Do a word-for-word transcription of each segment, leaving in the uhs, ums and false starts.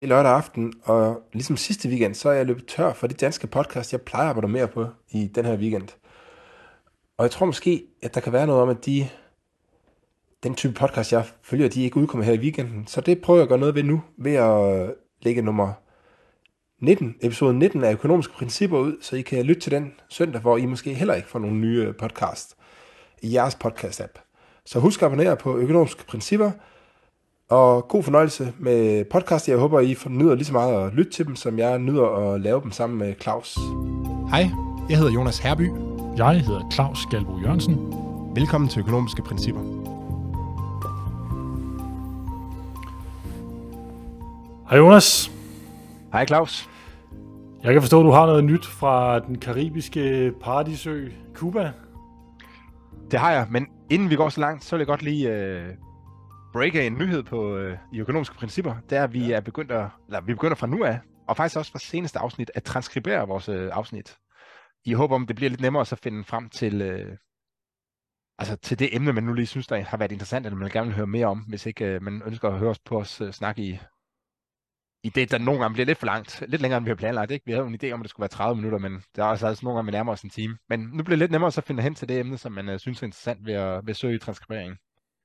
lørdag aften, og ligesom sidste weekend, så er jeg løbet tør for de danske podcast, jeg plejer at abonnere på i den her weekend. Og jeg tror måske, at der kan være noget om, at de, den type podcast, jeg følger, de ikke udkommer her i weekenden. Så det prøver jeg at gøre noget ved nu, ved at lægge nummer nitten, episode nitten af Økonomiske Principper ud, så I kan lytte til den søndag, hvor I måske heller ikke får nogle nye podcast i jeres podcast-app. Så husk at abonnere på Økonomiske Principper, og god fornøjelse med podcast. Jeg håber, I nyder lige så meget at lytte til dem, som jeg nyder at lave dem sammen med Claus. Hej, jeg hedder Jonas Herby. Jeg hedder Claus Galbo Jørgensen. Velkommen til Økonomiske Principper. Hej Jonas. Hej Claus. Jeg kan forstå, at du har noget nyt fra den karibiske paradisø Cuba. Det har jeg, men inden vi går så langt, så vil jeg godt lige øh, breake en nyhed på øh, i Økonomiske Principper. Det er, at vi er begyndt at, eller vi begynder fra nu af, og faktisk også fra seneste afsnit, at transkribere vores øh, afsnit. I håber om, det bliver lidt nemmere at så finde frem til, øh, altså til det emne, man nu lige synes, der har været interessant, eller man gerne vil høre mere om, hvis ikke øh, man ønsker at høre os på os øh, snakke i, i det, der nogle gange bliver lidt for langt, lidt længere, end vi har planlagt. Ikke? Vi havde jo en idé om, at det skulle være tredive minutter, men der er altså, altså nogle gange, vi nærmer os en time. Men nu bliver det lidt nemmere at så finde hen til det emne, som man øh, synes er interessant ved at, ved at søge i transkriberingen.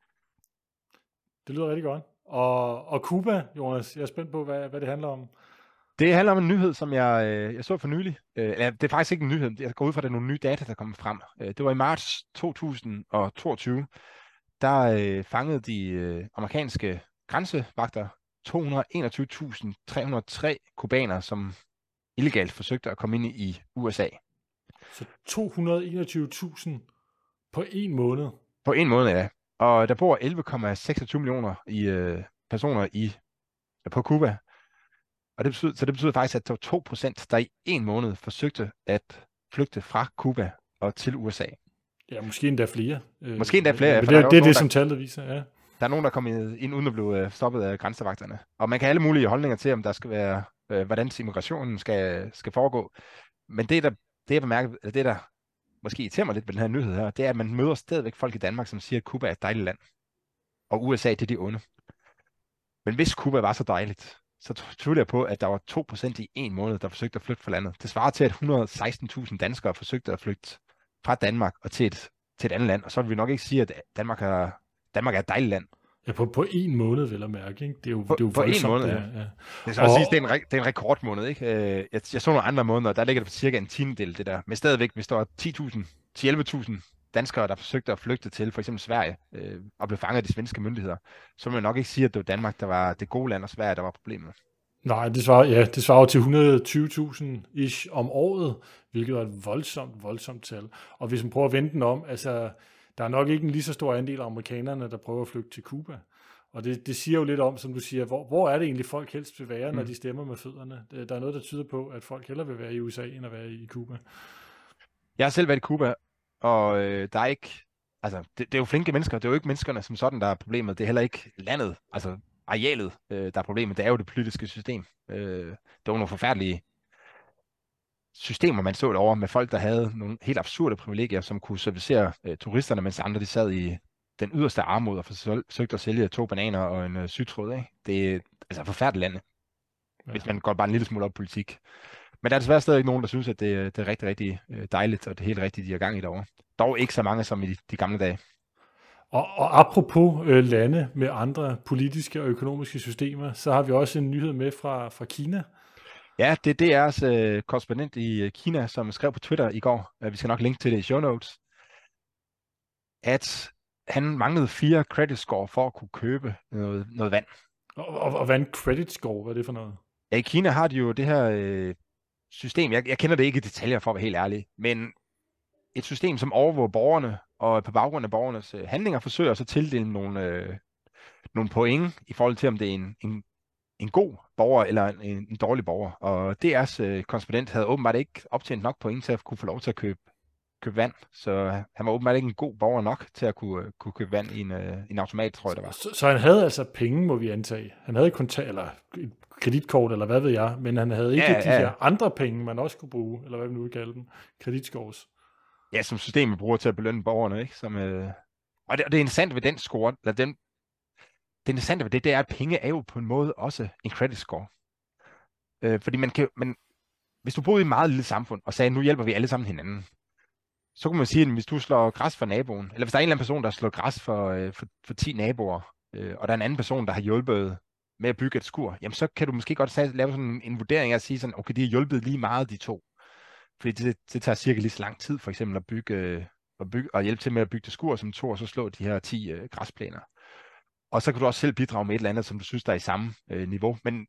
Det lyder rigtig godt. Og, og Cuba, Jonas, jeg er spændt på, hvad, hvad det handler om. Det handler om en nyhed, som jeg, øh, jeg så for nylig. Øh, det er faktisk ikke en nyhed. Jeg går ud fra, at det er nogle nye data, der kommer frem. Øh, det var i marts to tusind og toogtyve. Der øh, fangede de øh, amerikanske grænsevagter to hundrede og enogtyve tusind tre hundrede og tre kubanere, som illegalt forsøgte at komme ind i U S A. Så to hundrede og enogtyve tusind på en måned? På en måned, ja. Og der bor elleve komma seksogtyve millioner i, øh, personer i, på Cuba. Og det betyder, så det betyder faktisk, at der var to procent, der i en måned forsøgte at flygte fra Cuba og til U S A. Ja, måske endda flere. Måske endda flere. Ja, det, det er det, der, som tallet viser, ja. Der er nogen, der kommer ind uden at blive stoppet af grænsevagterne. Og man kan have alle mulige holdninger til, om der skal være, øh, hvordan immigrationen skal, skal foregå. Men det, der, det, jeg bemærker, eller det, der måske irriterer mig lidt ved den her nyhed her, det er, at man møder stadigvæk folk i Danmark, som siger, at Cuba er et dejligt land. Og U S A, det er de onde. Men hvis Cuba var så dejligt, så tvivler jeg på, at der var to procent i en måned, der forsøgte at flygte fra landet. Det svarer til, at et hundrede og seksten tusind danskere forsøgte at flygte fra Danmark og til et, til et andet land. Og så vil vi nok ikke sige, at Danmark er, Danmark er et dejligt land. Ja, på, på en måned, vel at mærke, ikke? Det er jo, på, det er jo på en måned, ja. ja. Det, så og... sige, det, er en, det er en rekordmåned, ikke? Jeg, jeg så nogle andre måneder, der ligger det på cirka en tiendedel, det der. Men stadigvæk, hvis der var ti tusind til elleve tusind danskere, der forsøgte at flygte til for eksempel Sverige øh, og blev fanget af de svenske myndigheder, så vil man nok ikke sige, at det var Danmark, der var det gode land, og Sverige, der var problemet. Nej, det svarer, ja, det svarer til et hundrede og tyve tusind ish om året, hvilket er et voldsomt, voldsomt tal. Og hvis man prøver at vende den om, altså, der er nok ikke en lige så stor andel af amerikanerne, der prøver at flygte til Cuba. Og det, det siger jo lidt om, som du siger, hvor, hvor er det egentlig folk helst vil være, når de stemmer med fødderne? Der er noget, der tyder på, at folk hellere vil være i U S A, end at være i Cuba. Jeg har selv været i Cuba, og øh, der er ikke, altså, det, det er jo flinke mennesker, det er jo ikke menneskerne som sådan, der er problemet, det er heller ikke landet, altså arealet, øh, der er problemet, det er jo det politiske system. Øh, det var nogle forfærdelige systemer, man så derovre, med folk, der havde nogle helt absurde privilegier, som kunne servicere øh, turisterne, mens andre de sad i den yderste armod og forsøgte at sælge to bananer og en øh, sygtråd. Ikke? Det er altså forfærdeligt lande, ja. Hvis man går bare en lille smule op i politik. Men der er desværre stadig nogen, der synes, at det, det er rigtig, rigtig dejligt, og det er helt rigtigt, de er gang i derovre. Dog ikke så mange som i de, de gamle dage. Og, og apropos øh, lande med andre politiske og økonomiske systemer, så har vi også en nyhed med fra, fra Kina. Ja, det, det er DR's øh, korrespondent i Kina, som skrev på Twitter i går, øh, vi skal nok linke til det i show notes, at han manglede fire credit score for at kunne købe noget, noget vand. Og, og, og hvad er en credit score? Hvad er det for noget? Ja, i Kina har de jo det her øh, system, jeg, jeg kender det ikke i detaljer for at være helt ærlig, men et system, som overvåger borgerne, og på baggrund af borgernes øh, handlinger forsøger så at tildele nogle, øh, nogle point i forhold til, om det er en, en, en god borger eller en, en dårlig borger. Og DR's øh, korrespondent havde åbenbart ikke optjent nok point til at kunne få lov til at købe, købe vand, så han var åbenbart ikke en god borger nok til at kunne, kunne købe vand i en, øh, en automat, tror jeg det var. Så, så han havde altså penge, må vi antage. Han havde kontant, eller et kreditkort, eller hvad ved jeg, men han havde ikke ja, de ja. her andre penge, man også kunne bruge, eller hvad vi nu vil kalde dem, kreditscores. Ja, som systemet bruger til at belønne borgerne, ikke? Som, øh... og, det, og det er interessant ved den score, eller den, det interessante ved det, det er, at penge er jo på en måde også en credit score. Øh, fordi man kan, man, hvis du boede i et meget lille samfund, og sagde, nu hjælper vi alle sammen hinanden, så kunne man sige, at hvis du slår græs for naboen, eller hvis der er en eller anden person, der slår græs for, øh, for, for ti naboer, øh, og der er en anden person, der har hjulpet med at bygge et skur, jamen så kan du måske godt tage, lave sådan en, en vurdering af at sige sådan, okay, de har hjulpet lige meget, de to. Fordi det, det tager cirka lige så lang tid, for eksempel at bygge, øh, at bygge og hjælpe til med at bygge det skur som to, og så slå de her ti øh, græsplæner. Og så kan du også selv bidrage med et eller andet, som du synes, der er i samme øh, niveau. Men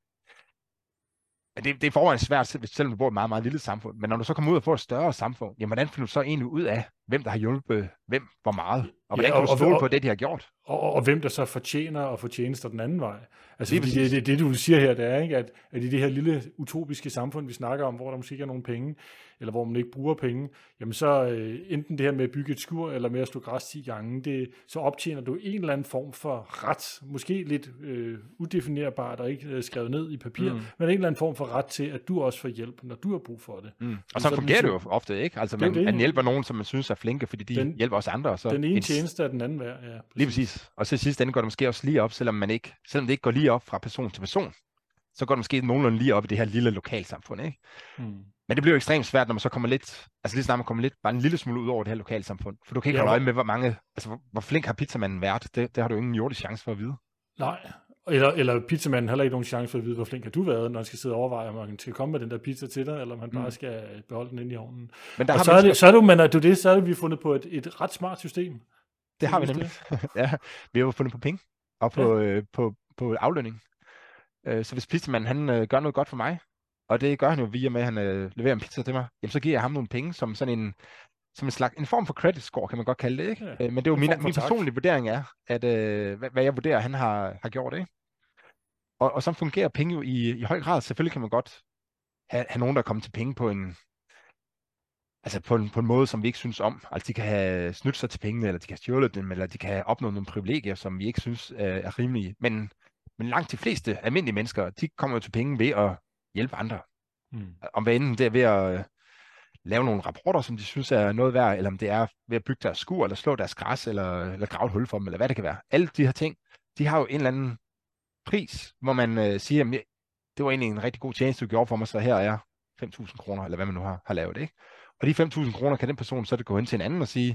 det, det er forvejen svært, selvom du bor i et meget, meget lille samfund. Men når du så kommer ud og får et større samfund, jamen hvordan finder du så egentlig ud af, hvem der har hjulpet hvem, hvor meget? Og hvordan ja, kan og, du stole og, på det, de har gjort? Og, og, og hvem der så fortjener og fortjenester den anden vej. Altså det, det, det, det, du siger her, det er, ikke, at, at i det her lille utopiske samfund, vi snakker om, hvor der måske ikke er nogen penge, eller hvor man ikke bruger penge, jamen så øh, enten det her med at bygge et skur, eller med at slå græs ti gange, det, så optjener du en eller anden form for ret, måske lidt øh, udefinerbart og ikke øh, skrevet ned i papir, mm. men en eller anden form for ret til, at du også får hjælp, når du har brug for det. Mm. Og så, så fungerer det jo ofte, ikke? Altså man, man hjælper nogen, som man synes er flinke, fordi de den, hjælper også andre. Så den ene tjeneste er den anden værd, ja. Præcis. Lige præcis. Og så sidst ende går det måske også lige op, selvom man ikke, selvom det ikke går lige op fra person til person, så går det måske nogenlunde lige op i det her lille lokalsamfund, ikke? Mm. Men det bliver jo ekstremt svært, når man så kommer lidt, altså lige snart man kommer lidt, bare en lille smule ud over det her lokalsamfund. For du kan ikke ja, holde øje med, hvor mange, altså hvor, hvor flink har pizzamanden været. Det, det har du ingen jordisk chance for at vide. Nej, eller, eller pizzamanden har heller ikke nogen chance for at vide, hvor flink har du været, når han skal sidde og overveje, om han skal komme med den der pizza til dig, eller om han bare mm. skal beholde den inde i ovnen. Men der og har så, er det, så er det, men er det, det, så er det, vi har fundet på et, et ret smart system. Det har vi nemlig. Ja, vi har jo fundet på penge og på, ja. øh, på, på aflønning. Øh, så hvis pizzamanden han øh, gør noget godt for mig, og det gør han jo via med, at han øh, leverer en pizza til mig, jamen så giver jeg ham nogle penge som sådan en, som en slags, en form for credit score, kan man godt kalde det, ikke? Ja, øh, men det er jo min, min personlige vurdering er, at øh, hvad, hvad jeg vurderer, han har, har gjort, ikke? Og, og så fungerer penge jo i, i høj grad. Selvfølgelig kan man godt have, have nogen, der kommer til penge på en, altså på en, på en måde, som vi ikke synes om. Altså de kan have snydt sig til pengene, eller de kan have stjålet dem, eller de kan have opnået nogle privilegier, som vi ikke synes er, er rimelige. Men, men langt de fleste almindelige mennesker, de kommer jo til penge ved at hjælpe andre. Mm. Om hvad enten det er ved at uh, lave nogle rapporter, som de synes er noget værd, eller om det er ved at bygge deres skur, eller slå deres græs, eller, eller grave et hul for dem, eller hvad det kan være. Alle de her ting, de har jo en eller anden pris, hvor man uh, siger, at det var egentlig en rigtig god tjeneste, du gjorde for mig, så her er fem tusind kroner, eller hvad man nu har, har lavet, ikke? Og de fem tusind kroner kan den person så det gå hen til en anden og sige,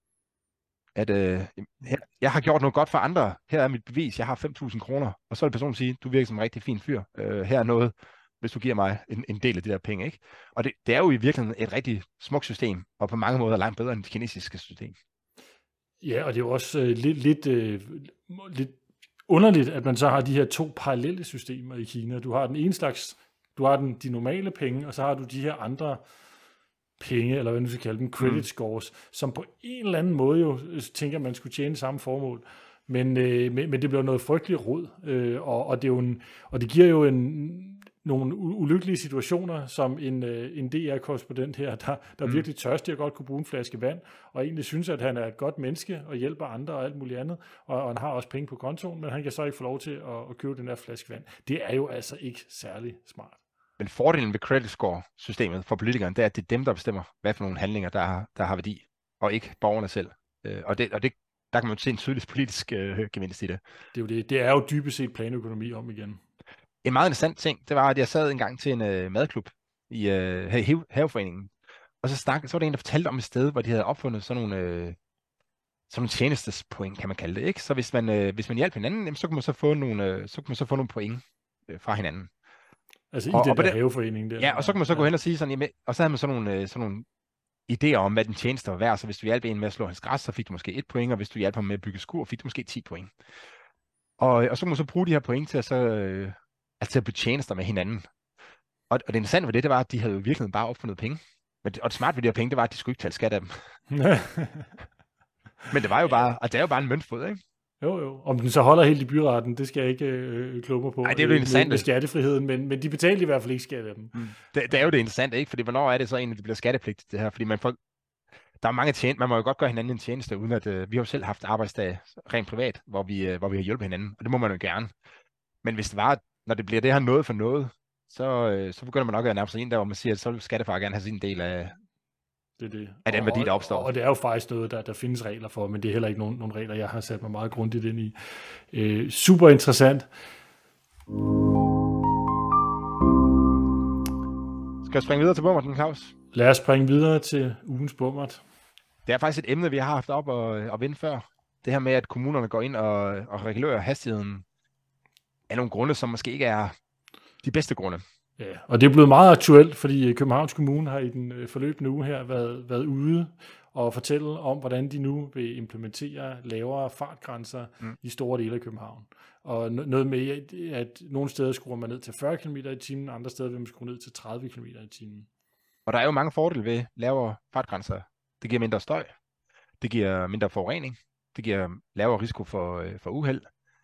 at øh, her, jeg har gjort noget godt for andre, her er mit bevis, jeg har fem tusind kroner, og så vil personen sige, du virker som en rigtig fin fyr, øh, her er noget, hvis du giver mig en, en del af de der penge, ikke? Og det, det er jo i virkeligheden et rigtig smukt system, og på mange måder langt bedre end det kinesiske system. Ja, og det er jo også øh, lidt, lidt, øh, lidt underligt, at man så har de her to parallelle systemer i Kina. Du har den ene slags, du har den, de normale penge, og så har du de her andre penge, eller hvad man skal kalde dem, credit scores, mm. som på en eller anden måde jo tænker, man skulle tjene samme formål. Men, øh, men, men det bliver noget frygteligt rod, øh, og, og, det er jo en, og det giver jo en, nogle ulykkelige situationer, som en, øh, en D R-korrespondent her, der, der mm. virkelig tørstig og godt kunne bruge en flaske vand, og egentlig synes, at han er et godt menneske, og hjælper andre og alt muligt andet, og, og han har også penge på kontoen, men han kan så ikke få lov til at, at købe den her flaske vand. Det er jo altså ikke særlig smart. Men fordelen ved credit score-systemet for politikerne, det er, at det er dem, der bestemmer, hvad for nogle handlinger, der har, der har værdi, og ikke borgerne selv. Øh, og det, og det, der kan man jo se en tydelig politisk øh, gevinst i det. Det er, jo det. det er jo dybest set planøkonomi om igen. En meget interessant ting, det var, at jeg sad en gang til en øh, madklub i øh, Haveforeningen, og så, snak, så var der en, der fortalte om et sted, hvor de havde opfundet sådan nogle, øh, sådan nogle tjenestespoint, kan man kalde det, ikke? Så hvis man, øh, hvis man hjalp hinanden, jamen, så kunne man så få nogle, øh, så kunne man så få nogle point øh, fra hinanden. Altså i og, den og der det, haveforening der. Ja, og så kan man så ja. gå hen og sige sådan, jamen, og så havde man sådan nogle, sådan nogle idéer om, hvad den tjeneste var værd. Så hvis du hjalp en med at slå hans græs, så fik du måske et point, og hvis du hjalp ham med at bygge skur, fik du måske ti point. Og, og så kan man så bruge de her point til at, så, øh, altså til at bygge tjenester med hinanden. Og, og det interessante ved det, det var, at de havde jo virkelig bare opfundet penge. Men, og det smarte ved de her penge, det var, at de skulle ikke tale skat af dem. Men det var jo bare, og det er jo bare en møntfod, ikke? Jo, jo. Om den så holder helt i byretten, det skal jeg ikke øh, kloge mig på. Nej, det er jo det interessante. Med skattefriheden, men, men de betalte i hvert fald ikke skat af dem. Mm. Det, det er jo det interessante, ikke? Fordi hvornår er det så egentlig, det bliver skattepligtigt, det her? Fordi man får, der er mange tjenester, man må jo godt gøre hinanden en tjeneste, uden at, øh, vi har jo selv haft arbejdsdag rent privat, hvor vi, øh, hvor vi har hjulpet hinanden, og det må man jo gerne. Men hvis det var, når det bliver det her noget for noget, så, øh, så begynder man nok at nærme sig ind der, hvor man siger, at så vil skattefar gerne have sin del af, det er det. af den værdi, der opstår. Og, og det er jo faktisk noget, der, der findes regler for, men det er heller ikke nogen, nogen regler, jeg har sat mig meget grundigt ind i. Øh, super interessant. Skal jeg springe videre til Bummerten, Claus? Lad os springe videre til ugens Bummert. Det er faktisk et emne, vi har haft op og, og vinde før. Det her med, at kommunerne går ind og, og regulerer hastigheden af nogle grunde, som måske ikke er de bedste grunde. Ja, og det er blevet meget aktuelt, fordi Københavns Kommune har i den forløbende uge her været, været ude og fortælle om, hvordan de nu vil implementere lavere fartgrænser mm. i store dele af København. Og noget med, at nogle steder skruer man ned til fyrre kilometer i timen, andre steder vil man skrue ned til tredive kilometer i timen. Og der er jo mange fordele ved lavere fartgrænser. Det giver mindre støj, det giver mindre forurening, det giver lavere risiko for, for uheld,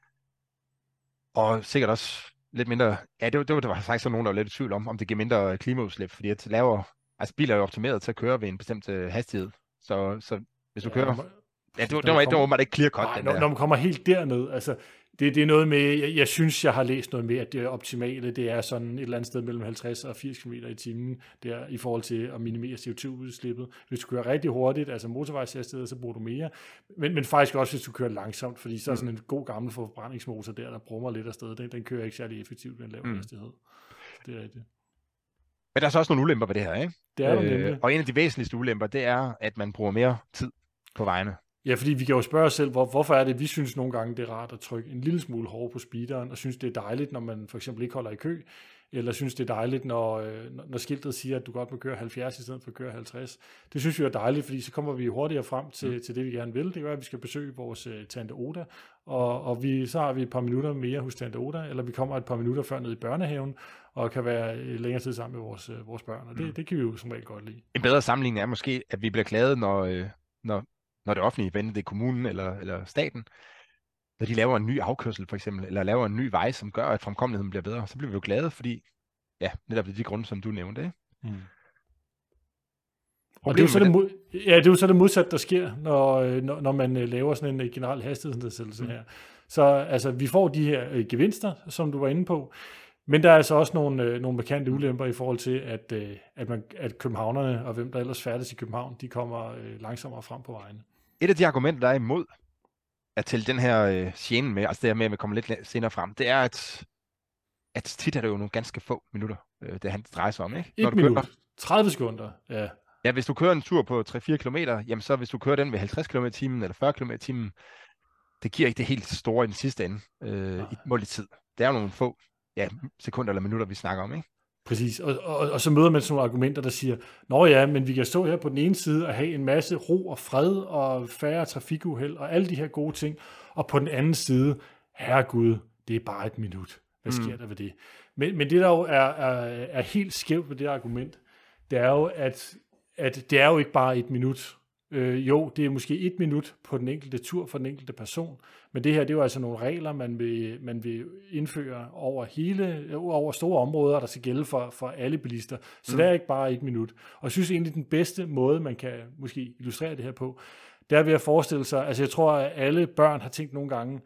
og sikkert også lidt mindre, ja, det, det var der var faktisk nogen, der var lidt i tvivl om, om det giver mindre klimaudslip, fordi at lavere, altså biler er jo optimeret til at køre ved en bestemt uh, hastighed, så, så hvis du ja, kører, ja, det, det, det var ikke kommer, ikke clear cut. Nej, når, når man kommer helt derned, altså, det, det er noget med, jeg, jeg synes, jeg har læst noget med, at det optimale, det er sådan et eller andet sted mellem halvtreds og firs kilometer i timen, der i forhold til at minimere C O to udslippet. Hvis du kører rigtig hurtigt, altså motorvejshastighed, så bruger du mere, men, men faktisk også, hvis du kører langsomt, fordi så er sådan en god gammel forbrændingsmotor der, der brummer lidt afsted, den, den kører ikke særlig effektivt ved en lav mm. hastighed. Det er rigtigt. Men der er så også nogle ulemper ved det her, ikke? Det er øh, nemlig. Og en af de væsentligste ulemper, det er, at man bruger mere tid på vejene. Ja, fordi vi kan jo spørge os selv, hvor, hvorfor er det, vi synes nogle gange, det er rart at trykke en lille smule hårdt på speederen, og synes, det er dejligt, når man for eksempel ikke holder i kø, eller synes, det er dejligt, når, når skiltet siger, at du godt må køre halvfjerds i stedet for at køre halvtreds. Det synes vi er dejligt, fordi så kommer vi hurtigere frem til, mm. til det, vi gerne vil. Det gør, at vi skal besøge vores uh, Tante Oda, og, og vi, så har vi et par minutter mere hos Tante Oda, eller vi kommer et par minutter før ned i børnehaven, og kan være længere tid sammen med vores, uh, vores børn, og det, mm. det kan vi jo som regel godt lide. En bedre sammenligning er måske, at vi bliver glade, når, øh, når når det offentlige, enten det er kommunen eller, eller staten, når de laver en ny afkørsel for eksempel, eller laver en ny vej, som gør, at fremkommeligheden bliver bedre, så bliver vi jo glade, fordi, ja, netop det er de grunde, som du nævnte, ikke? Mm. Og det er, jo så det, mod, ja, det er jo så det modsatte, der sker, når, når, når man laver sådan en generel hastighedsnedsættelse mm. her. Så altså, vi får de her øh, gevinster, som du var inde på, men der er altså også nogle, øh, nogle markante ulemper i forhold til, at, øh, at, man, at københavnerne og hvem der ellers færdes i København, de kommer øh, langsommere frem på vejene. Et af de argumenter, der er imod at tælle den her øh, gene med, altså det her med, at vi kommer lidt senere frem, det er, at, at tit er det jo nogle ganske få minutter, øh, det han drejer sig om, ikke? Et minut, kører, tredive sekunder, ja. Ja, hvis du kører en tur på tre til fire kilometer, jamen så hvis du kører den ved halvtreds kilometer i timen eller fyrre kilometer i timen, det giver ikke det helt store i den sidste ende, øh, i mål i tid. Det er jo nogle få ja, sekunder eller minutter, vi snakker om, ikke? Præcis, og, og, og så møder man sådan nogle argumenter, der siger, nå ja, men vi kan stå her på den ene side og have en masse ro og fred og færre trafikuheld og alle de her gode ting, og på den anden side, herregud, det er bare et minut. Hvad sker mm. der ved det? Men, men det der jo er, er, er helt skævt ved det argument, det er jo, at, at det er jo ikke bare et minut. Øh, jo, det er måske et minut på den enkelte tur for den enkelte person, men det her, det er jo altså nogle regler, man vil, man vil indføre over hele, over store områder, der skal gælde for, for alle bilister. Så mm. det er ikke bare et minut. Og jeg synes egentlig, den bedste måde, man kan måske illustrere det her på, det er ved at forestille sig, altså jeg tror, at alle børn har tænkt nogle gange,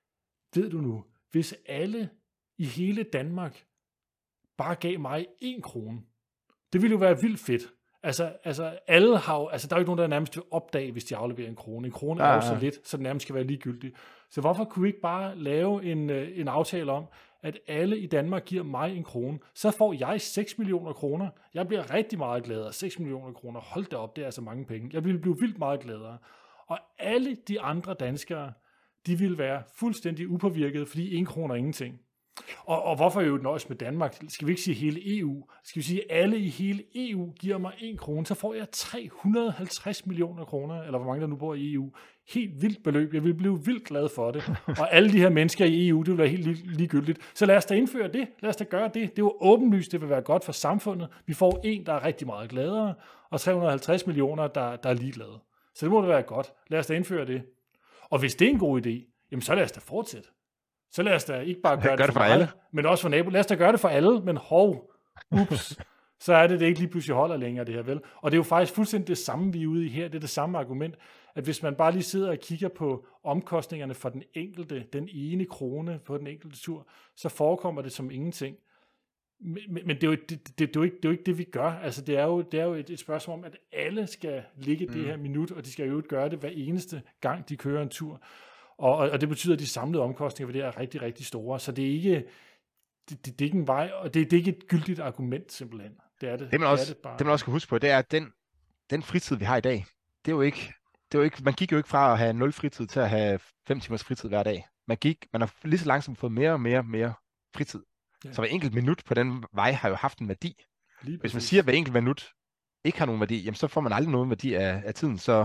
ved du nu, hvis alle i hele Danmark bare gav mig en krone, det ville jo være vildt fedt. Altså, altså, alle har jo, altså, der er jo ikke nogen, der nærmest vil opdage, hvis de afleverer en krone. En krone er jo så lidt, så det nærmest skal være ligegyldigt. Så hvorfor kunne vi ikke bare lave en, en aftale om, at alle i Danmark giver mig en krone, så får jeg seks millioner kroner. Jeg bliver rigtig meget gladere. seks millioner kroner, hold da op, det er altså mange penge. Jeg vil blive vildt meget gladere. Og alle de andre danskere, de vil være fuldstændig upåvirket, fordi en krone er ingenting. Og, og hvorfor er jo nøjes med Danmark? Skal vi ikke sige hele E U? Skal vi sige, at alle i hele E U giver mig en krone, så får jeg tre hundrede og halvtreds millioner kroner, eller hvor mange der nu bor i E U. Helt vildt beløb. Jeg vil blive vildt glad for det. Og alle de her mennesker i E U, det vil være helt ligegyldigt. Så lad os da indføre det. Lad os da gøre det. Det er jo åbenlyst, det vil være godt for samfundet. Vi får en, der er rigtig meget gladere, og tre hundrede og halvtreds millioner, der, der er ligeglade. Så det må da være godt. Lad os da indføre det. Og hvis det er en god idé, jamen så lad os da fortsætte. Så lad os da ikke bare gøre Gør det for, for alle, alle, men også for nabo. Lad os da gøre det for alle, men hov, ups, så er det, det ikke lige pludselig holder længere, det her vel. Og det er jo faktisk fuldstændig det samme, vi er ude i her. Det er det samme argument, at hvis man bare lige sidder og kigger på omkostningerne for den enkelte, den ene krone på den enkelte tur, så forekommer det som ingenting. Men, men det, er jo, det, det, det, er jo ikke, det er jo ikke det, vi gør. Altså, det er jo, det er jo et, et spørgsmål om, at alle skal ligge mm. det her minut, og de skal jo gøre det hver eneste gang, de kører en tur. Og, og det betyder, at de samlede omkostninger ved det er rigtig, rigtig store. Så det er ikke, det, det, det er ikke en vej, og det, det er ikke et gyldigt argument simpelthen. Det er det. Det man også, det, er det, bare. det man også skal huske på, det er, at den, den fritid, vi har i dag, det er jo ikke, det er jo ikke, man gik jo ikke fra at have nul fritid til at have fem timers fritid hver dag. Man gik, man har lige så langsomt fået mere og mere og mere fritid. Ja. Så hver enkelt minut på den vej har jo haft en værdi. Hvis man siger, at hver enkelt minut ikke har nogen værdi, jamen så får man aldrig nogen værdi af, af tiden. Så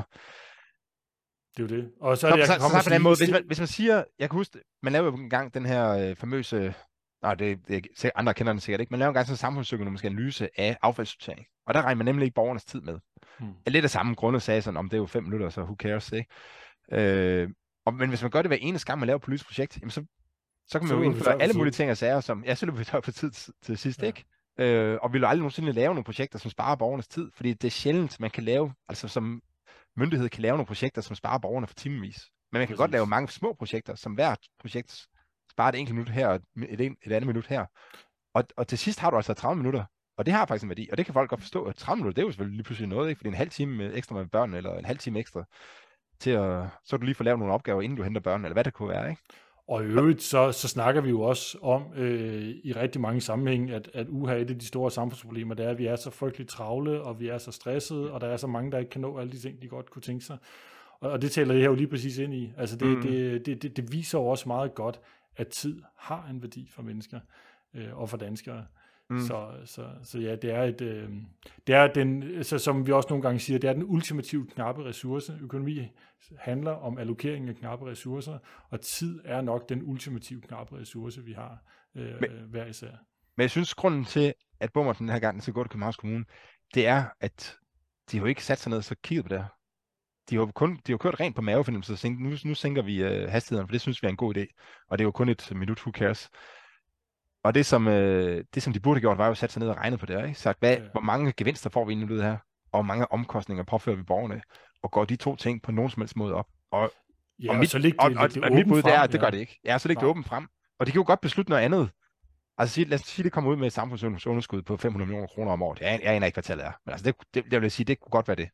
det er jo det. Og så er det, så, jeg så, kan så på den måde, hvis man, hvis man siger, jeg kan huske, man lavede jo engang den her øh, famøse, nej, det, det, andre kender den sikkert ikke, man lavede engang sådan en samfundsøkonomisk analyse af affaldssortering. Og der regner man nemlig ikke borgernes tid med. Hmm. Lidt af samme grunde sagde sådan, om det er jo fem minutter, så who cares, ikke? Øh, og, men hvis man gør det hver eneste gang, man laver et politisk projekt, jamen så, så kan man så jo indføre alle mulige ting og sager, som, ja, så løber vi tør for tid til, til sidst, ja. Ikke? Øh, og vi vil aldrig nogensinde lave nogle projekter, som sparer borgernes tid, fordi det er sjældent, man kan lave, altså som myndighed kan lave nogle projekter, som sparer borgerne for timevis. Men man kan Præcis. Godt lave mange små projekter, som hvert projekt sparer et enkelt minut her, og et, et, et andet minut her. Og, og til sidst har du altså tredive minutter, og det har faktisk en værdi, og det kan folk godt forstå, at tredive minutter, det er jo selvfølgelig lige pludselig noget, ikke? Fordi en halv time ekstra med børn, eller en halv time ekstra til at, så du lige får lavet nogle opgaver, inden du henter børn, eller hvad det kunne være, ikke? Og i øvrigt, så, så snakker vi jo også om øh, i rigtig mange sammenhæng, at, at uha, et af de store samfundsproblemer, det er, at vi er så frygteligt travle, og vi er så stressede, og der er så mange, der ikke kan nå alle de ting, de godt kunne tænke sig. Og, og det taler jeg jo lige præcis ind i. Altså det, mm. det, det, det, det viser jo også meget godt, at tid har en værdi for mennesker øh, og for danskere. Mm. Så, så, så ja, det er et, øh, det er den, så som vi også nogle gange siger, det er den ultimative knappe ressource. Økonomi handler om allokering af knappe ressourcer, og tid er nok den ultimative knappe ressource, vi har øh, men, hver især. Men jeg synes, grunden til, at Bommer den her gang skal gå til Københavns Kommune, det er, at de har jo ikke sat sig ned og så kigget på det her. De har kun, de har kørt rent på mavefornemmelse og tænkt, nu, nu sænker vi øh, hastigheden, for det synes vi er en god idé. Og det er jo kun et minut, who cares. Og det som, øh, det, som de burde have gjort, var jo at sætte sig ned og regne på det her. Ikke? Sagt, hvad, ja. Hvor mange gevinster får vi egentlig ud af det her? Og hvor mange omkostninger påfører vi borgerne? Og går de to ting på nogen som helst måde op? Og, ja, og, mit, så ligger det, og, det, og, og mit bud frem, er, at det ja. gør det ikke. Ja, så ligger det åbent frem. Og de kan jo godt beslutte noget andet. Altså sig, lad os sige, det kommer ud med et samfundsunderskud på fem hundrede millioner kroner om året. Jeg, jeg aner ikke, hvad tallet er. Men altså, det, det, det vil sige, det kunne godt være det.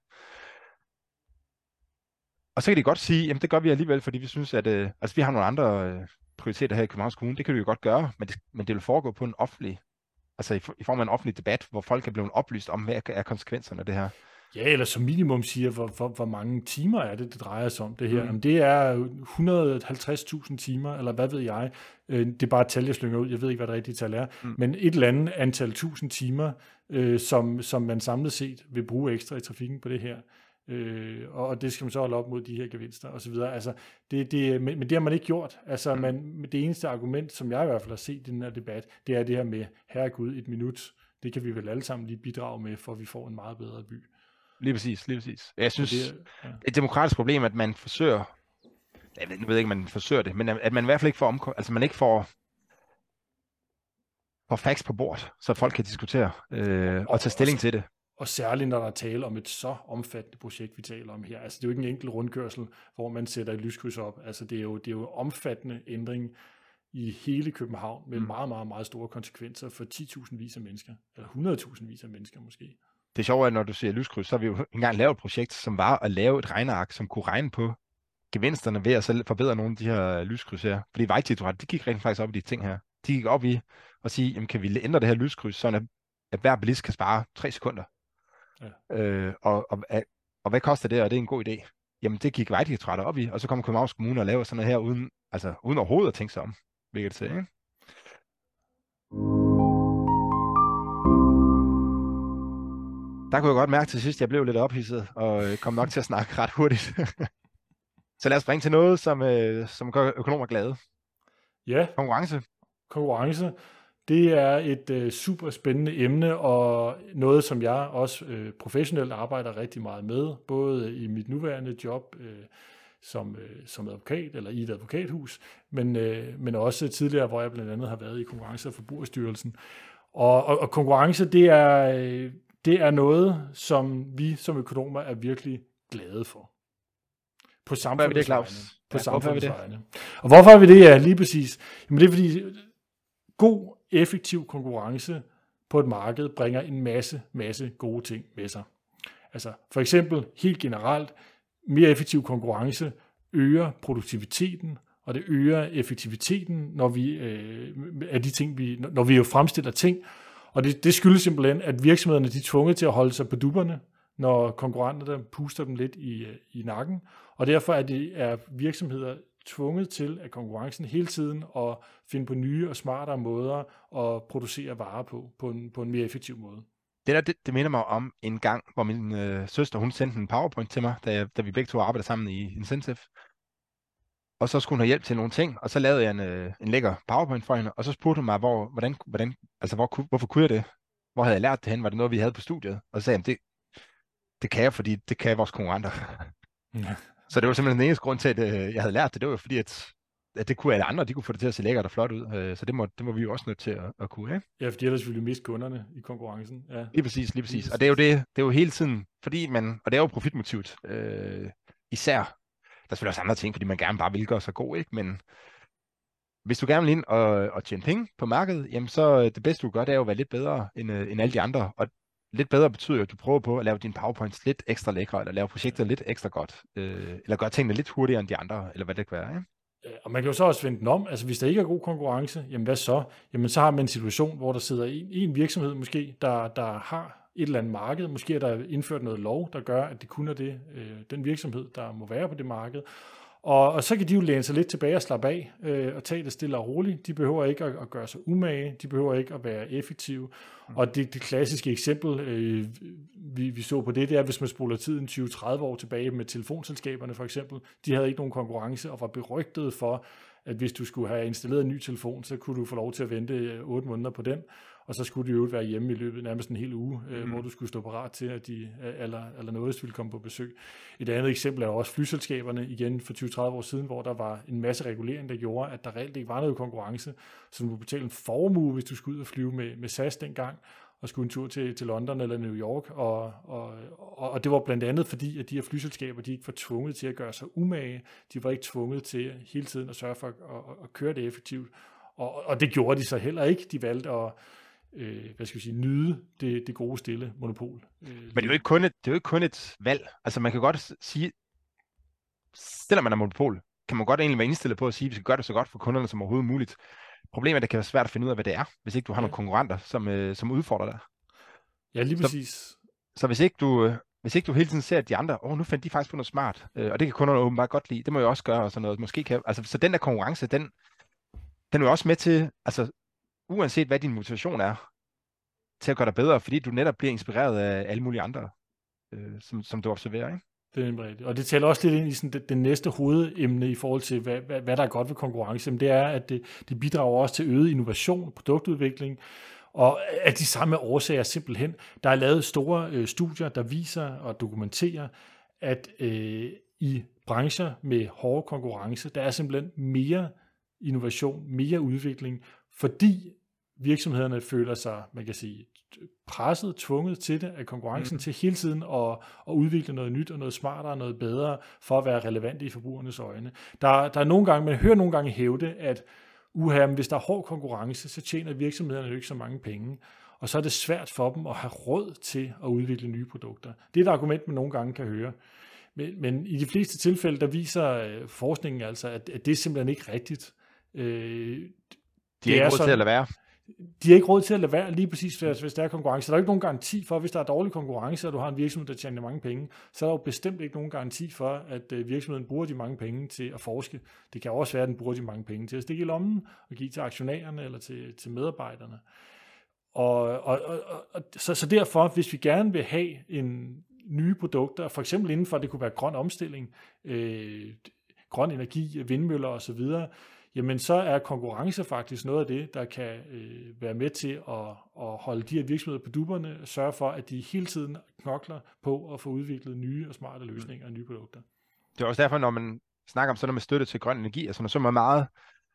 Og så kan de godt sige, jamen det gør vi alligevel, fordi vi synes, at øh, altså, vi har nogle andre øh, prioriteter her i Københavns Kommune. Det kan vi jo godt gøre, men det, men det vil foregå på en offentlig, altså i, i form af en offentlig debat, hvor folk kan blive oplyst om, hvad er konsekvenserne af det her. Ja, eller som minimum siger, hvor, hvor, hvor mange timer er det, det drejer sig om det her. Mm. Jamen, det er et hundrede og halvtreds tusind timer, eller hvad ved jeg. Det er bare et tal, jeg slynger ud. Jeg ved ikke, hvad det rigtige tal er. Mm. Men et eller andet antal tusind timer, øh, som, som man samlet set vil bruge ekstra i trafikken på det her. Øh, og det skal man så holde op mod de her gevinster og så videre. Altså, det, det, men, men det har man ikke gjort. Altså, man, det eneste argument, som jeg i hvert fald har set i den her debat, det er det her med, herregud, et minut. Det kan vi vel alle sammen lige bidrage med, for at vi får en meget bedre by. Lige præcis, lige præcis. Jeg synes, det er ja. et demokratisk problem, at man forsøger, jeg ved, nu ved jeg ikke, om man forsøger det, men at man i hvert fald ikke får omkom, altså man ikke får, får facts på bordet, så folk kan diskutere øh, og, og tage stilling og, til det. Og særligt, når der er tale om et så omfattende projekt, vi taler om her. Altså det er jo ikke en enkelt rundkørsel, hvor man sætter et lyskryds op. Altså det er jo, det er jo omfattende ændring i hele København, med mm. meget, meget, meget store konsekvenser for ti tusind vis af mennesker, eller hundrede tusind vis af mennesker måske. Det er sjovt, at når du siger lyskryds, så har vi jo engang lavet et projekt, som var at lave et regneark, som kunne regne på gevinsterne ved at selv forbedre nogle af de her lyskryds her. Fordi Vejdirektoratet, de gik rent faktisk op i de ting her. De gik op i at sige, jamen kan vi ændre det her lyskryds, sådan at, at hver bilist kan spare tre sekunder. Ja. Øh, og, og, og hvad koster det, og det er en god idé? Jamen det gik Vejdirektoratet op i, og så kom Københavns Kommune og lavede sådan noget her, uden, altså, uden overhovedet at tænke sig om, hvilket det til, ikke? Der kunne jeg godt mærke til sidst, at jeg blev lidt ophidset, og kom nok til at snakke ret hurtigt. Så lad os springe til noget, som, øh, som gør økonomer glade. Ja. Konkurrence. Konkurrence. Det er et øh, super spændende emne, og noget, som jeg også øh, professionelt arbejder rigtig meget med, både i mit nuværende job øh, som, øh, som advokat, eller i et advokathus, men, øh, men også tidligere, hvor jeg blandt andet har været i Konkurrence- og Forbrugerstyrelsen. Og, og, og konkurrence, det er... Øh, Det er noget, som vi som økonomer er virkelig glade for. På samfundets vegne. På ja, samfundets vegne. Og hvorfor er vi det? Ja, lige præcis. Jamen det er fordi, god, effektiv konkurrence på et marked bringer en masse, masse gode ting med sig. Altså for eksempel, helt generelt, mere effektiv konkurrence øger produktiviteten og det øger effektiviteten, når vi, øh, af de ting, vi, når vi jo fremstiller ting. Og det, det skyldes simpelthen, at virksomhederne de er tvunget til at holde sig på dupperne, når konkurrenterne puster dem lidt i, i nakken. Og derfor er, det, er virksomheder tvunget til at konkurrencen hele tiden at finde på nye og smartere måder at producere varer på, på en, på en mere effektiv måde. Det der, det, det minder mig om en gang, hvor min øh, søster, hun sendte en PowerPoint til mig, da, da vi begge to arbejdede sammen i Incentive. Og så skulle hun have hjælp til nogle ting, og så lavede jeg en, øh, en lækker PowerPoint for hende, og så spurgte hun mig, hvor, hvordan, hvordan, altså hvor, hvorfor kunne jeg det? Hvor havde jeg lært det hen? Var det noget, vi havde på studiet? Og så sagde jeg, det, det kan jeg, fordi det kan vores konkurrenter. Ja. Så det var simpelthen den eneste grund til, at øh, jeg havde lært det. Det var fordi, at, at det kunne alle andre, de kunne få det til at se lækkert og flot ud. Øh, så det må, det må vi jo også nødt til at, at kunne, ikke? Ja, fordi ellers ville vi miste kunderne i konkurrencen. Ja. Lige præcis, lige præcis. Og det er jo det, det er jo hele tiden, fordi man, og det er jo profitmotivet, øh, især. Der er selvfølgelig også andre ting, fordi man gerne bare vil gøre sig god, ikke? Men hvis du gerne vil ind og, og tjene penge på markedet, jamen så det bedste du gør, det er jo at være lidt bedre end, end alle de andre. Og lidt bedre betyder jo, at du prøver på at lave dine PowerPoints lidt ekstra lækre, eller lave projekter lidt ekstra godt, øh, eller gøre tingene lidt hurtigere end de andre, eller hvad det kan være, ikke? Og man kan jo så også vende den om. Altså hvis der ikke er god konkurrence, jamen hvad så? Jamen så har man en situation, hvor der sidder en, en virksomhed måske, der, der har et eller andet marked. Måske er der indført noget lov, der gør, at det kun er det, øh, den virksomhed, der må være på det marked. Og, og så kan de jo læne sig lidt tilbage og slappe af øh, og tage det stille og roligt. De behøver ikke at, at gøre sig umage. De behøver ikke at være effektive. Mm. Og det, det klassiske eksempel, øh, vi, vi så på det, det er, hvis man spoler tiden tyve til tredive år tilbage med telefonselskaberne for eksempel. De havde ikke nogen konkurrence og var berygtede for, at hvis du skulle have installeret en ny telefon, så kunne du få lov til at vente otte måneder på den. Og så skulle de jo være hjemme i løbet af nærmest en hel uge, mm. hvor du skulle stå parat til, at de aller, aller nådigst ville komme på besøg. Et andet eksempel er også flyselskaberne, igen for tyve til tredive år siden, hvor der var en masse regulering, der gjorde, at der reelt ikke var noget konkurrence, så du kunne betale en formue, hvis du skulle ud og flyve med, med S A S dengang, og skulle en tur til, til London eller New York. Og, og, og det var blandt andet fordi, at de her flyselskaber, de ikke var tvunget til at gøre sig umage. De var ikke tvunget til hele tiden at sørge for at, at, at køre det effektivt. Og, og det gjorde de så heller ikke. De valgte at Øh, hvad skal vi sige, nyde det, det gode stille monopol. Øh, Men det er jo ikke kun et, det er jo ikke kun et valg. Altså man kan godt sige, stiller man af monopol, kan man godt egentlig være indstillet på at sige, at vi skal gøre det så godt for kunderne som overhovedet muligt. Problemet er, at det kan være svært at finde ud af, hvad det er, hvis ikke du har ja. nogle konkurrenter, som, øh, som udfordrer dig. Ja, lige præcis. Så, så hvis ikke du... Øh, Hvis ikke du hele tiden ser, at de andre, åh, oh, nu fandt de faktisk på noget smart, øh, og det kan kunderne åbenbart godt lide, det må jeg også gøre, og sådan noget. Måske kan, altså, så den der konkurrence, den, den er jo også med til, altså, uanset hvad din motivation er, til at gøre dig bedre, fordi du netop bliver inspireret af alle mulige andre, øh, som, som du observerer, ikke? Det er nemlig rigtigt. Og det taler også lidt ind i sådan det, det næste hovedemne i forhold til, hvad, hvad, hvad der er godt ved konkurrence. Men det er, at det, det bidrager også til øget innovation, produktudvikling, og af de samme årsager simpelthen. Der er lavet store øh, studier, der viser og dokumenterer, at øh, i brancher med hård konkurrence, der er simpelthen mere innovation, mere udvikling, fordi virksomhederne føler sig, man kan sige, presset, tvunget til det af konkurrencen, mm. til hele tiden at, at udvikle noget nyt og noget smartere og noget bedre, for at være relevante i forbrugernes øjne. Der, der er nogle gange, man hører nogle gange hævde, at uha, hvis der er hård konkurrence, så tjener virksomhederne jo ikke så mange penge, og så er det svært for dem at have råd til at udvikle nye produkter. Det er et argument, man nogle gange kan høre. Men, men i de fleste tilfælde, der viser forskningen altså, at, at det er simpelthen ikke rigtigt. Øh, de er ikke råd til at lade være. De har ikke råd til at lade være lige præcis, hvis der er konkurrence. Der er ikke nogen garanti for, hvis der er dårlig konkurrence, og du har en virksomhed, der tjener mange penge, så er der jo bestemt ikke nogen garanti for, at virksomheden bruger de mange penge til at forske. Det kan også være, at den bruger de mange penge til at stikke i lommen og give til aktionærerne eller til, til medarbejderne. Og, og, og, og så, så derfor, hvis vi gerne vil have en nye produkter, for eksempel inden for, det kunne være grøn omstilling, øh, grøn energi, vindmøller osv., jamen så er konkurrence faktisk noget af det, der kan øh, være med til at, at holde de her virksomheder på dupperne, og sørge for, at de hele tiden knokler på at få udviklet nye og smarte løsninger og nye produkter. Det er også derfor, når man snakker om sådan noget med støtte til grøn energi, altså, så, er man meget,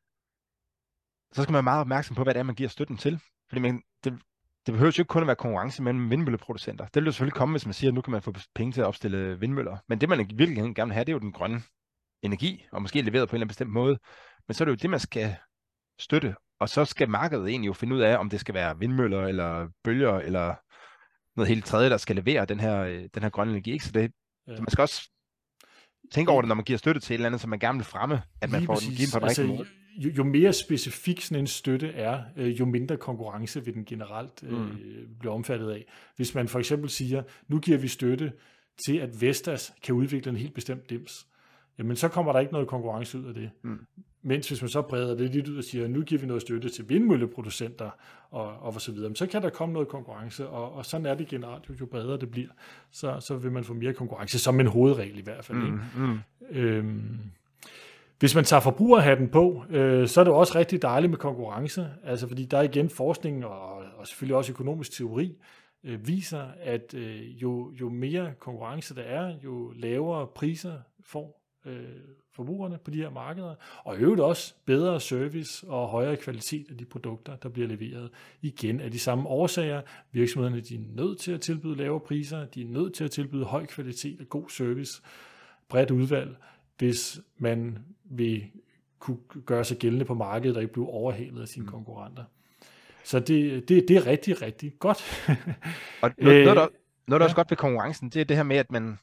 så skal man være meget opmærksom på, hvad det er, man giver støtten til. Fordi man, det, det behøver jo ikke kun at være konkurrence mellem vindmølleproducenter. Det vil jo selvfølgelig komme, hvis man siger, at nu kan man få penge til at opstille vindmøller. Men det, man virkelig gerne vil have, det er jo den grønne energi, og måske leveret på en eller anden bestemt måde. Men så er det jo det, man skal støtte, og så skal markedet egentlig jo finde ud af, om det skal være vindmøller, eller bølger, eller noget helt tredje, der skal levere den her, den her grønne energi. Ikke? Så, det, ja. så man skal også tænke over det, når man giver støtte til et eller andet, som man gerne vil fremme, at man Lige får præcis. den givet på den altså, rigtige måde. Jo, jo mere specifik sådan en støtte er, jo mindre konkurrence vil den generelt øh, mm. blive omfattet af. Hvis man for eksempel siger, nu giver vi støtte til, at Vestas kan udvikle en helt bestemt dims, jamen så kommer der ikke noget konkurrence ud af det. Mm. Mens hvis man så breder det lidt ud og siger, nu giver vi noget støtte til vindmølleproducenter og, og så videre, så kan der komme noget konkurrence, og, og sådan er det generelt, jo, jo bredere det bliver, så, så vil man få mere konkurrence, som en hovedregel i hvert fald. Ikke? Mm. Mm. Øhm, Hvis man tager forbrugerhatten på, øh, så er det også rigtig dejligt med konkurrence, altså fordi der er igen forskning og, og selvfølgelig også økonomisk teori, øh, viser, at øh, jo, jo mere konkurrence der er, jo lavere priser får øh, forbrugerne på de her markeder, og i øvrigt også bedre service og højere kvalitet af de produkter, der bliver leveret. Igen af de samme årsager. Virksomhederne de er nødt til at tilbyde lavere priser, de er nødt til at tilbyde høj kvalitet og god service, bredt udvalg, hvis man vil kunne gøre sig gældende på markedet og ikke blive overhalet af sine mm. konkurrenter. Så det, det, det er rigtig, rigtig godt. Og noget, noget, der, noget, der ja. også godt ved konkurrencen, det er det her med, at man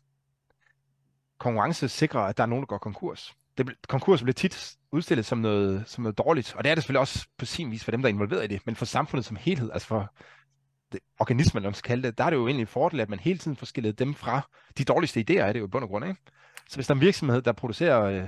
konkurrence sikrer, at der er nogen, der går konkurs. Det, konkurs bliver tit udstillet som noget, som noget dårligt, og det er det selvfølgelig også på sin vis for dem, der er involveret i det, men for samfundet som helhed, altså for det, organismen, man skal kalde det, der er det jo egentlig en fordel, at man hele tiden får skillet dem fra de dårligste idéer, er det jo i bund og grund, ikke? Så hvis der er en virksomhed, der producerer,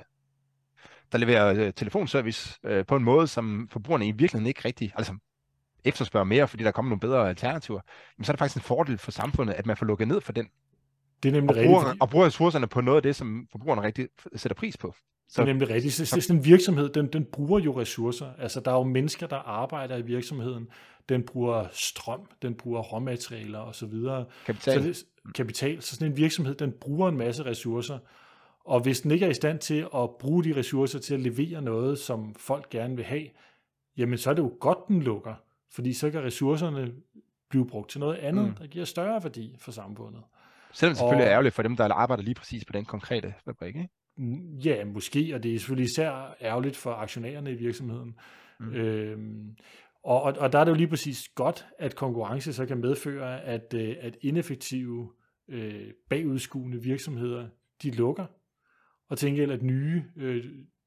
der leverer telefonservice på en måde, som forbrugerne i virkeligheden ikke rigtig altså efterspørger mere, fordi der kommer nogle bedre alternativer, så er det faktisk en fordel for samfundet, at man får lukket ned for den. Det er nemlig og, bruger, rigtigt, fordi... og bruger ressourcerne på noget af det, som forbrugerne rigtig sætter pris på. Så... Det er nemlig rigtigt. Så, så sådan en virksomhed, den, den bruger jo ressourcer. Altså, der er jo mennesker, der arbejder i virksomheden. Den bruger strøm, den bruger råmaterialer osv. Kapital. Så det, kapital. Så sådan en virksomhed, den bruger en masse ressourcer. Og hvis den ikke er i stand til at bruge de ressourcer til at levere noget, som folk gerne vil have, jamen så er det jo godt, den lukker. Fordi så kan ressourcerne blive brugt til noget andet, mm. der giver større værdi for samfundet. Selvom det selvfølgelig og, er ærgerligt for dem, der arbejder lige præcis på den konkrete fabrik, ikke? Ja, måske, og det er selvfølgelig især ærgerligt for aktionærerne i virksomheden. Mm. Øhm, og, og, og der er det jo lige præcis godt, at konkurrence så kan medføre, at, at ineffektive, øh, bagudskuende virksomheder, de lukker, og til gengæld at nye, øh,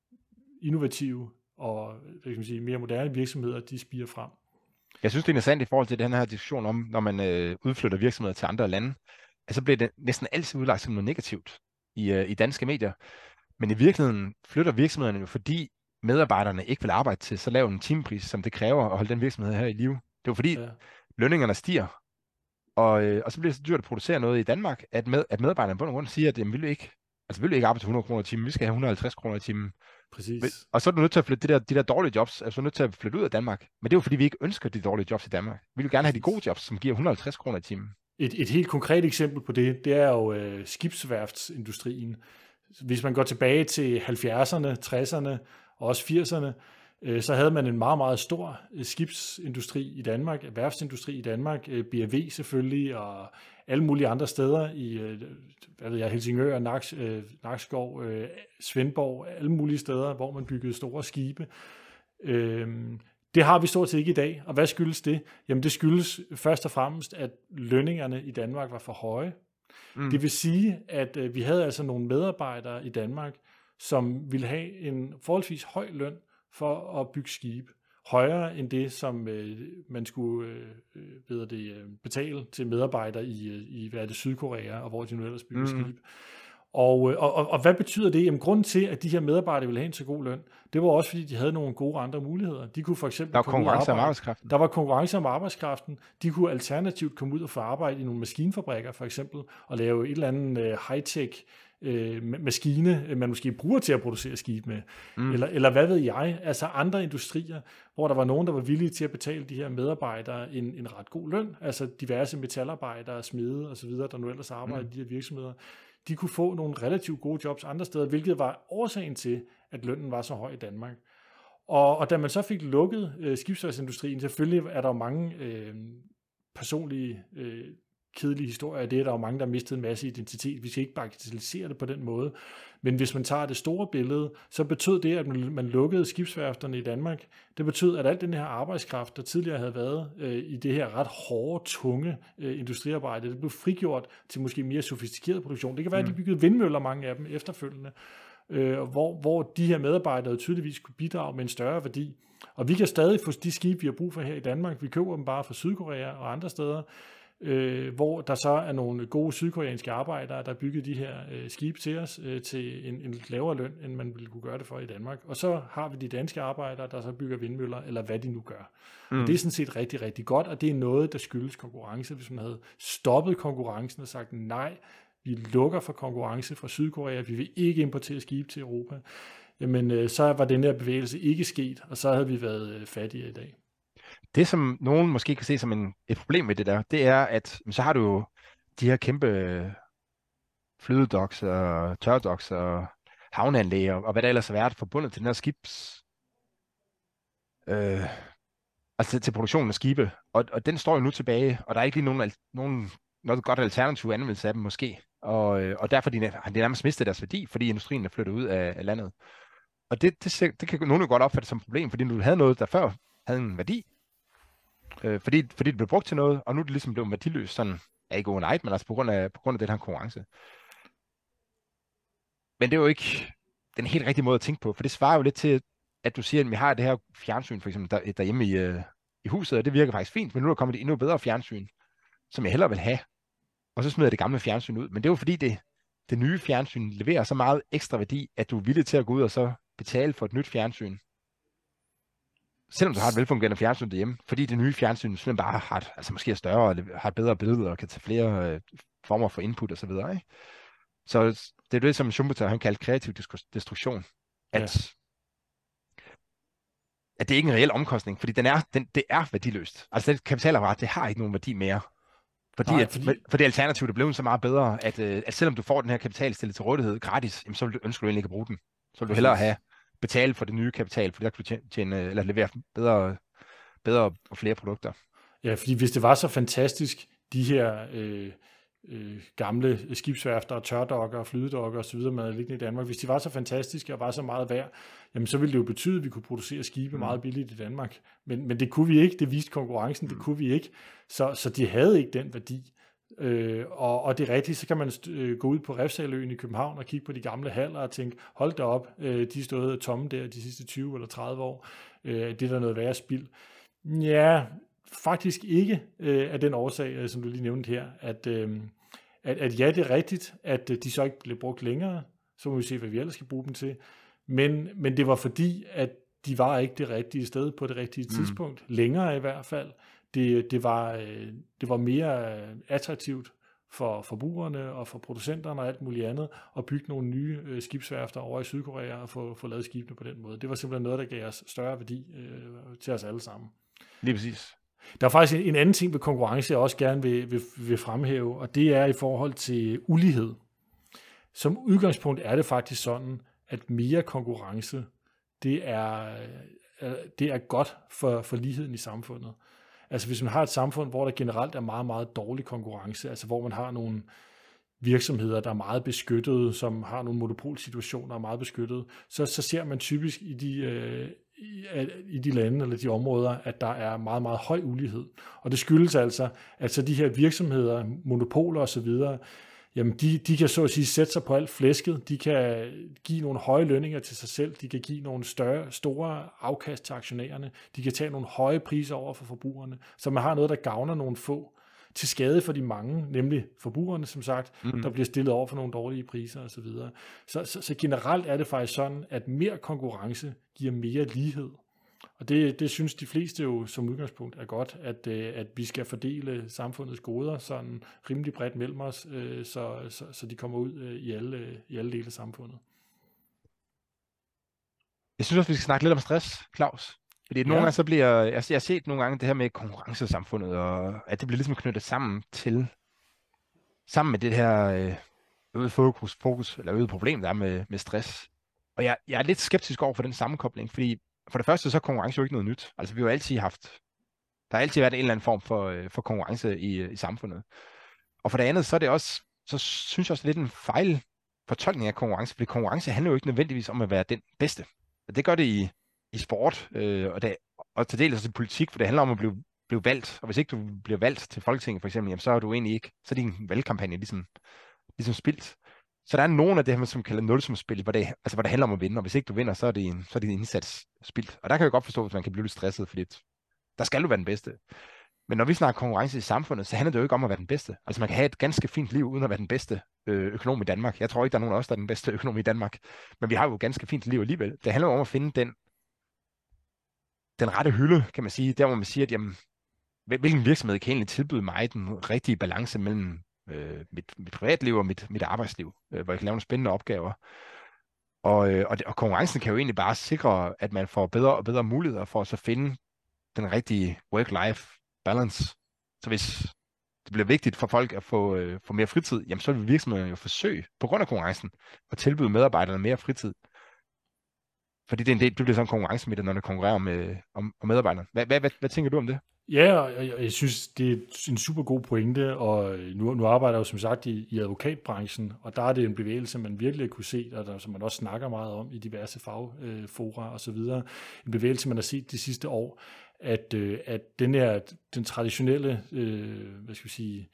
innovative og hvad kan man sige, mere moderne virksomheder, de spirer frem. Jeg synes, det er interessant i forhold til den her diskussion om, når man øh, udflytter virksomheder til andre lande, at så bliver det næsten altid udlagt som noget negativt i, øh, i danske medier. Men i virkeligheden flytter virksomhederne jo, fordi medarbejderne ikke vil arbejde til så lav en timepris, som det kræver at holde den virksomhed her i live. Det er jo fordi ja. lønningerne stiger, og, øh, og så bliver det så dyrt at producere noget i Danmark, at, med, at medarbejderne på grund siger, at jamen, vi vil ikke, altså, vi vil ikke arbejde til hundrede kroner i timen, vi skal have et hundrede og halvtreds kroner i timen. Præcis. Og så er du nødt til at flytte de der, de der dårlige jobs, altså nødt til at flytte ud af Danmark. Men det er jo fordi, vi ikke ønsker de dårlige jobs i Danmark. Vi vil gerne have de gode jobs, som giver et hundrede og halvtreds kroner i timen. Et, et helt konkret eksempel på det, det er jo øh, skibsværftsindustrien. Hvis man går tilbage til halvfjerdserne, tresserne og også firserne, øh, så havde man en meget, meget stor øh, skibsindustri i Danmark, værftsindustri i Danmark, øh, B og V selvfølgelig, og alle mulige andre steder i øh, hvad ved jeg, Helsingør, Naks, øh, Nakskov, øh, Svendborg, alle mulige steder, hvor man byggede store skibe. Øh, Det har vi stort set ikke i dag, og hvad skyldes det? Jamen det skyldes først og fremmest, at lønningerne i Danmark var for høje. Mm. Det vil sige, at øh, vi havde altså nogle medarbejdere i Danmark, som ville have en forholdsvis høj løn for at bygge skibe. Højere end det, som øh, man skulle øh, ved det, øh, betale til medarbejdere i, i hvad er det, Sydkorea, og hvor de nu ellers bygger mm. skibe. Og, og, og, og hvad betyder det? Jamen, grunden til, at de her medarbejdere ville have en så god løn, det var også, fordi de havde nogle gode andre muligheder. De kunne for eksempel... Der var konkurrence om arbejdskraften. Der var konkurrence om arbejdskraften. De kunne alternativt komme ud og få arbejde i nogle maskinfabrikker, for eksempel, og lave et eller andet uh, high-tech uh, maskine, man måske bruger til at producere skib med. Mm. Eller, eller hvad ved jeg? Altså andre industrier, hvor der var nogen, der var villige til at betale de her medarbejdere en, en ret god løn. Altså diverse metalarbejdere, smede osv., der nu ellers arbejder mm. i de her virksomheder. De kunne få nogle relativt gode jobs andre steder, hvilket var årsagen til, at lønnen var så høj i Danmark. Og, og da man så fik lukket øh, skibsværftsindustrien, selvfølgelig er der jo mange øh, personlige øh, kedelige historie af det. Der er jo mange, der har mistet en masse identitet. Vi skal ikke bagatellisere det på den måde. Men hvis man tager det store billede, så betød det, at man lukkede skibsværfterne i Danmark. Det betød, at al den her arbejdskraft, der tidligere havde været øh, i det her ret hårde, tunge øh, industriarbejde, det blev frigjort til måske mere sofistikeret produktion. Det kan være, mm. at de byggede vindmøller, mange af dem efterfølgende, øh, hvor, hvor de her medarbejdere tydeligvis kunne bidrage med en større værdi. Og vi kan stadig få de skibe, vi har brug for her i Danmark. Vi køber dem bare fra Sydkorea og andre steder, øh, hvor der så er nogle gode sydkoreanske arbejdere, der bygger de her øh, skibe til os øh, til en, en lavere løn, end man ville kunne gøre det for i Danmark. Og så har vi de danske arbejdere, der så bygger vindmøller, eller hvad de nu gør. Mm. Og det er sådan set rigtig, rigtig godt, og det er noget, der skyldes konkurrence. Hvis man havde stoppet konkurrencen og sagt nej, vi lukker for konkurrence fra Sydkorea, vi vil ikke importere skibe til Europa, jamen øh, så var den her bevægelse ikke sket, og så havde vi været øh, fattige i dag. Det, som nogen måske kan se som en, et problem med det der, det er, at så har du jo de her kæmpe flydedoks og tørdoks og havneanlæg og, og hvad der ellers har været forbundet til den her skibs... Øh, altså til produktionen af skibe. Og, og den står jo nu tilbage, og der er ikke lige nogen, nogen noget godt alternativ anvendelse af dem måske. Og, og derfor har de nærmest mistet deres værdi, fordi industrien er flyttet ud af, af landet. Og det, det, det kan nogen jo godt opfatte som et problem, fordi du havde noget, der før havde en værdi, øh, fordi, fordi det blev brugt til noget, og nu er det ligesom blevet værdiløst, sådan, ja, ikke overnight, men altså på grund af, på grund af den her konkurrence. Men det er jo ikke den helt rigtige måde at tænke på, for det svarer jo lidt til, at du siger, at vi har det her fjernsyn, for eksempel, der, derhjemme i, øh, i huset, og det virker faktisk fint, men nu er der kommet et endnu bedre fjernsyn, som jeg hellere vil have, og så smider jeg det gamle fjernsyn ud. Men det er jo fordi, det, det nye fjernsyn leverer så meget ekstra værdi, at du er villig til at gå ud og så betale for et nyt fjernsyn. Selvom du har et velfungerende fjernsyn derhjemme, fordi det nye fjernsyn simpelthen bare har et, altså måske er større, og har et bedre billede, og kan tage flere øh, former for input osv. Så, så det er det, som Schumpeter han kaldte kreativ destruktion. At, ja. at det ikke er en reel omkostning, fordi den er, den, det er værdiløst. Altså det kapitalapparat, det har ikke nogen værdi mere. Fordi, Nej, fordi... At, fordi alternativet er blevet så meget bedre, at, at selvom du får den her kapital stillet til rådighed gratis, jamen, så vil du ønske du egentlig ikke at bruge den. Så vil du hellere have betale for det nye kapital, fordi der kan du tjene, tjene eller levere bedre, bedre og flere produkter. Ja, fordi hvis det var så fantastisk, de her øh, øh, gamle skibsværfter, tørdokker, flydedokker osv., man havde liggende i Danmark, hvis de var så fantastiske og var så meget værd, jamen så ville det jo betyde, at vi kunne producere skibe mm. meget billigt i Danmark. Men, men det kunne vi ikke, det viste konkurrencen, mm. det kunne vi ikke. Så, så de havde ikke den værdi. Øh, og, og det er rigtigt, så kan man øh, gå ud på Refshaleøen i København og kigge på de gamle haller og tænke, hold da op, øh, de stod tomme der de sidste tyve eller tredive år. Øh, det er der noget værre spild. Ja, faktisk ikke øh, af den årsag, øh, som du lige nævnte her, at, øh, at, at ja, det er rigtigt, at øh, de så ikke blev brugt længere, så må vi se, hvad vi ellers skal bruge dem til. Men, men det var fordi, at de var ikke det rigtige sted på det rigtige mm. tidspunkt, længere i hvert fald. Det, det, var, det var mere attraktivt for forbrugerne og for producenterne og alt muligt andet at bygge nogle nye skibsværfter over i Sydkorea og få, få lavet skibene på den måde. Det var simpelthen noget, der gav os større værdi øh, til os alle sammen. Lige præcis. Der er faktisk en anden ting ved konkurrence, jeg også gerne vil, vil, vil fremhæve, og det er i forhold til ulighed. Som udgangspunkt er det faktisk sådan, at mere konkurrence, det er, det er godt for, for ligheden i samfundet. Altså hvis man har et samfund, hvor der generelt er meget, meget dårlig konkurrence, altså hvor man har nogle virksomheder, der er meget beskyttede, som har nogle monopolsituationer, der er meget beskyttede, så, så ser man typisk i de, øh, i, i de lande eller de områder, at der er meget, meget høj ulighed. Og det skyldes altså, at så de her virksomheder, monopoler osv., jamen de, de kan så at sige sætte sig på alt flæsket, de kan give nogle høje lønninger til sig selv, de kan give nogle større, store afkast til aktionærerne, de kan tage nogle høje priser over for forbrugerne, så man har noget, der gavner nogle få, til skade for de mange, nemlig forbrugerne, som sagt, mm-hmm. der bliver stillet over for nogle dårlige priser osv. Så, så, så generelt er det faktisk sådan, at mere konkurrence giver mere lighed. Og det, det synes de fleste jo som udgangspunkt er godt, at, at vi skal fordele samfundets goder sådan rimelig bredt mellem os, så, så, så de kommer ud i alle, i alle dele af samfundet. Jeg synes også, vi skal snakke lidt om stress, Claus. Fordi nogle ja. gange så bliver, jeg, jeg har set nogle gange det her med konkurrencesamfundet, og at det bliver ligesom knyttet sammen til, sammen med det her øh, øget fokus, fokus, eller øget problem, der er med, med stress. Og jeg, jeg er lidt skeptisk over for den sammenkobling, fordi for det første så er konkurrence jo ikke noget nyt. Altså vi har jo altid haft, der har altid været en eller anden form for, øh, for konkurrence i, i samfundet. Og for det andet, så er det også, så synes jeg også, det er lidt en fejl fortolkning af konkurrence, fordi konkurrence handler jo ikke nødvendigvis om at være den bedste. Det gør det i, i sport, øh, og, det, og til dels også i politik, for det handler om at blive, blive valgt. Og hvis ikke du bliver valgt til Folketinget for eksempel, jamen, så er du egentlig ikke, så er din valgkampagne ligesom, ligesom spildt. Så der er nogle af det her, som kalder nulsumsspil, hvor det, altså, hvor det handler om at vinde, og hvis ikke du vinder, så er det en, så er det en indsats spildt. Og der kan jeg godt forstå, at man kan blive lidt stresset, fordi der skal du være den bedste. Men når vi snakker konkurrence i samfundet, så handler det jo ikke om at være den bedste. Altså man kan have et ganske fint liv, uden at være den bedste øh, økonom i Danmark. Jeg tror ikke, der er nogen af os, der er den bedste økonom i Danmark. Men vi har jo et ganske fint liv alligevel. Det handler jo om at finde den, den rette hylde, kan man sige. Der hvor man siger, at jamen, hvilken virksomhed kan egentlig tilbyde mig den rigtige balance mellem øh, mit, mit privatliv og mit, mit arbejdsliv, øh, hvor jeg kan lave nogle spændende opgaver. Og, øh, og, det, og konkurrencen kan jo egentlig bare sikre, at man får bedre og bedre muligheder for at så finde den rigtige work-life balance. Så hvis det bliver vigtigt for folk at få, øh, få mere fritid, jamen så vil virksomhederne jo forsøge, på grund af konkurrencen, at tilbyde medarbejderne mere fritid. Fordi det, er en del, det bliver sådan en konkurrence med det, når det konkurrerer med, om, om medarbejderne. Hvad, hvad, hvad, hvad tænker du om det? Ja, og jeg, jeg synes, det er en super god pointe, og nu, nu arbejder jeg jo som sagt i, i advokatbranchen, og der er det en bevægelse, man virkelig kunne se, og der, som man også snakker meget om i diverse fagfora øh, og så videre. En bevægelse, man har set de sidste år, at, øh, at den her, den traditionelle, øh, hvad skal vi sige,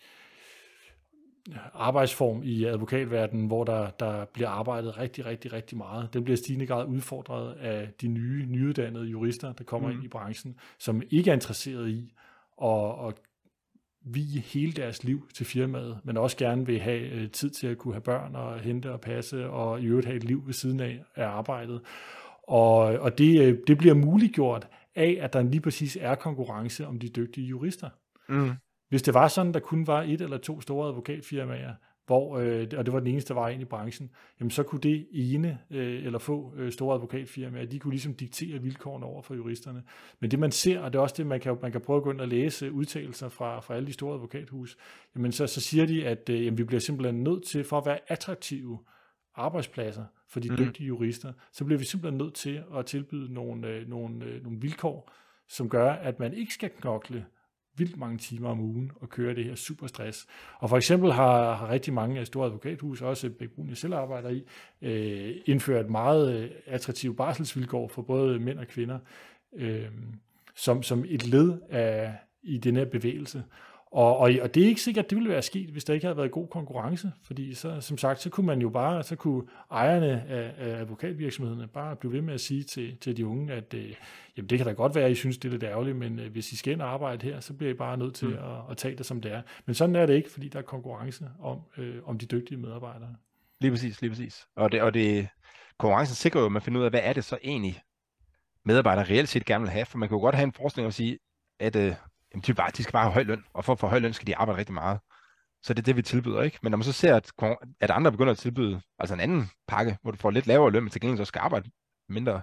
arbejdsform i advokatverdenen, hvor der, der bliver arbejdet rigtig, rigtig, rigtig meget. Den bliver i stigende grad udfordret af de nye, nyuddannede jurister, der kommer mm. ind i branchen, som ikke er interesseret i at, at vie hele deres liv til firmaet, men også gerne vil have tid til at kunne have børn og hente og passe, og i øvrigt have et liv ved siden af, af arbejdet. Og, og det, det bliver muliggjort af, at der lige præcis er konkurrence om de dygtige jurister. Mm. Hvis det var sådan, der kun var et eller to store advokatfirmaer, hvor, øh, og det var den eneste vej ind i branchen, jamen så kunne det ene øh, eller få øh, store advokatfirmaer, de kunne ligesom diktere vilkårene over for juristerne. Men det man ser, og det er også det, man kan, man kan prøve at gå ind og læse udtalelser fra, fra alle de store advokathus, jamen så, så siger de, at øh, jamen, vi bliver simpelthen nødt til, for at være attraktive arbejdspladser for de mm. dygtige jurister, så bliver vi simpelthen nødt til at tilbyde nogle, øh, nogle, øh, nogle vilkår, som gør, at man ikke skal knokle vildt mange timer om ugen og køre det her super stress. Og for eksempel har, har rigtig mange store advokathus, også Bæk-Bruun, jeg selv arbejder i, øh, indført meget øh, attraktive barselsvilkår for både mænd og kvinder, øh, som, som et led af, i den her bevægelse. Og, og, og det er ikke sikkert, at det ville være sket, hvis der ikke havde været god konkurrence, fordi så, som sagt, så kunne man jo bare, så kunne ejerne af, af advokatvirksomhederne bare blive ved med at sige til, til de unge, at øh, jamen, det kan da godt være, at I synes, det er lidt ærgerligt, men øh, hvis I skal ind og arbejde her, så bliver I bare nødt til mm. at, at tage det, som det er. Men sådan er det ikke, fordi der er konkurrence om, øh, om de dygtige medarbejdere. Lige præcis, lige præcis. Og, det, og det, konkurrencen sikrer jo, at man finder ud af, hvad er det så egentlig, medarbejdere reelt set gerne vil have, for man kan jo godt have en forskning og sige, at øh, jamen, de, bare, de skal bare have høj løn, og for at få høj løn skal de arbejde rigtig meget. Så det er det, vi tilbyder, ikke? Men når man så ser, at, at andre begynder at tilbyde altså en anden pakke, hvor du får lidt lavere løn, men til gengæld så skal arbejde mindre,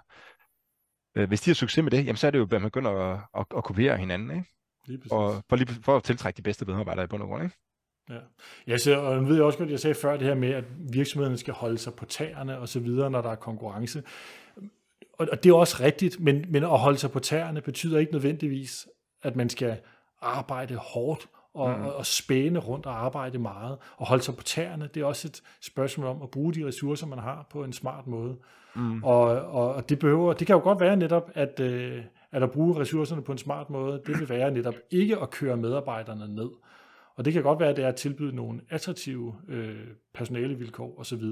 øh, hvis de har succes med det, jamen så er det jo, at man begynder at, at, at kopiere hinanden, ikke? Og for, lige, for at tiltrække de bedste medarbejdere i bund og grund, ikke? Ja, ja så, og nu ved jeg også godt, jeg sagde før det her med, at virksomhederne skal holde sig på tæerne og så videre, når der er konkurrence. Og, og det er også rigtigt, men, men at holde sig på tæerne betyder ikke nødvendigvis, at man skal arbejde hårdt og, mm. og, og spæne rundt og arbejde meget og holde sig på tæerne. Det er også et spørgsmål om at bruge de ressourcer, man har på en smart måde. Mm. Og, og, og det behøver, det kan jo godt være netop, at, øh, at at bruge ressourcerne på en smart måde, det vil være netop ikke at køre medarbejderne ned. Og det kan godt være, at det er at tilbyde nogle attraktive øh, personalevilkår osv.,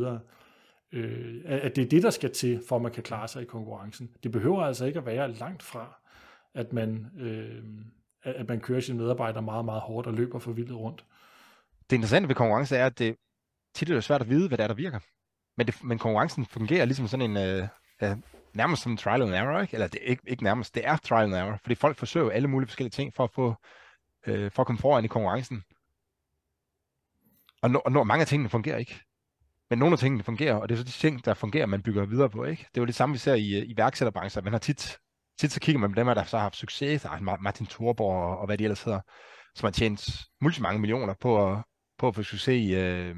øh, at det er det, der skal til, for at man kan klare sig i konkurrencen. Det behøver altså ikke at være langt fra, at man, øh, at man kører sine medarbejdere meget, meget hårdt og løber for vildt rundt. Det interessante ved konkurrence er, at det tit er det svært at vide, hvad det er, der virker. Men, det, men konkurrencen fungerer ligesom sådan en, øh, øh, nærmest som en trial and error, ikke? Eller det er ikke, ikke nærmest, det er trial and error, fordi folk forsøger alle mulige forskellige ting for at få, øh, for at komme foran i konkurrencen. Og, no, og no, mange af tingene fungerer ikke. Men nogle af tingene fungerer, og det er så de ting, der fungerer, man bygger videre på, ikke? Det er jo det samme, vi ser i, i iværksætterbrancher. Man har tit, tit så kigger man på dem, der så har haft succes, der er Martin Thorborg og, og hvad de ellers hedder, som har tjent multimange millioner på at, på at få succes i, øh,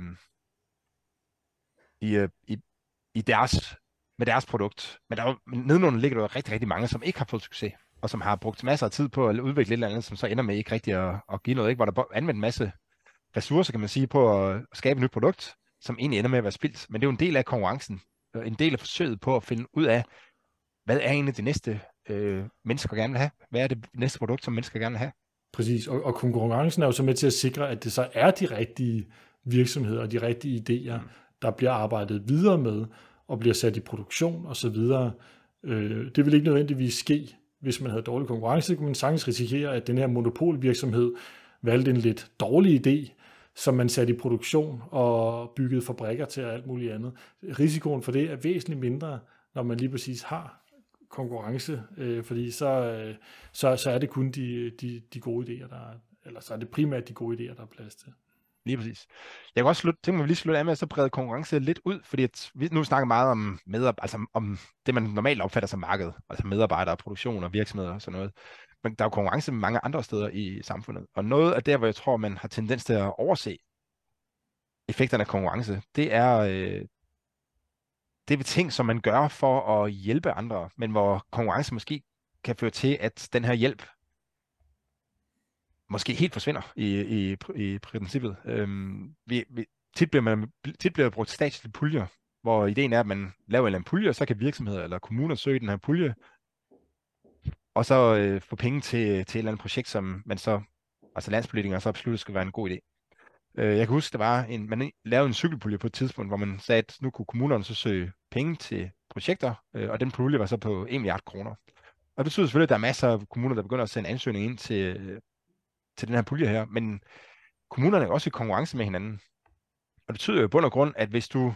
i, i, i deres, med deres produkt. Men der er jo, nedenunder ligger der jo rigtig, rigtig mange, som ikke har fået succes, og som har brugt masser af tid på at udvikle et eller andet, som så ender med ikke rigtig at, at give noget, ikke? Hvor der anvendt en masse ressourcer, kan man sige, på at skabe et nyt produkt, som egentlig ender med at være spildt. Men det er jo en del af konkurrencen, en del af forsøget på at finde ud af, hvad er egentlig det næste, øh, mennesker gerne vil have? Hvad er det næste produkt, som mennesker gerne vil have? Præcis, og, og konkurrencen er jo så med til at sikre, at det så er de rigtige virksomheder og de rigtige idéer, mm. der bliver arbejdet videre med og bliver sat i produktion osv. Øh, det vil ikke nødvendigvis ske, hvis man havde dårlig konkurrence, kunne man sagtens risikere, at den her monopolvirksomhed valgte en lidt dårlig idé, som man satte i produktion og byggede fabrikker til og alt muligt andet. Risikoen for det er væsentligt mindre, når man lige præcis har konkurrence, øh, fordi så, øh, så, så er det kun de, de, de gode idéer, der er, eller så er det primært de gode idéer, der er plads til. Lige præcis. Jeg kan også slutte, tænke mig lige slutte af med at så brede konkurrence lidt ud, fordi at vi nu snakker meget om, medarbejder, altså om det, man normalt opfatter som marked, altså medarbejdere, produktion og virksomheder og sådan noget. Men der er jo konkurrence mange andre steder i samfundet. Og noget af det, hvor jeg tror, man har tendens til at overse effekterne af konkurrence, det er, øh, det er ting, som man gør for at hjælpe andre, men hvor konkurrence måske kan føre til, at den her hjælp måske helt forsvinder i, i, i princippet. Øhm, vi, vi, tit, bliver man, tit bliver der brugt statslige puljer, hvor ideen er, at man laver en eller anden pulje, og så kan virksomheder eller kommuner søge den her pulje, og så øh, få penge til, til et eller andet projekt, som man så, altså landspolitikere, så absolut skal være en god idé. Øh, jeg kan huske, der var en, man lavede en cykelpulje på et tidspunkt, hvor man sagde, at nu kunne kommunerne så søge penge til projekter, øh, og den pulje var så på en milliard kroner. Og det betyder selvfølgelig, at der er masser af kommuner, der begynder at sende ansøgning ind til, til den her pulje her, men kommunerne er også i konkurrence med hinanden. Og det betyder jo i bund og grund, at hvis du,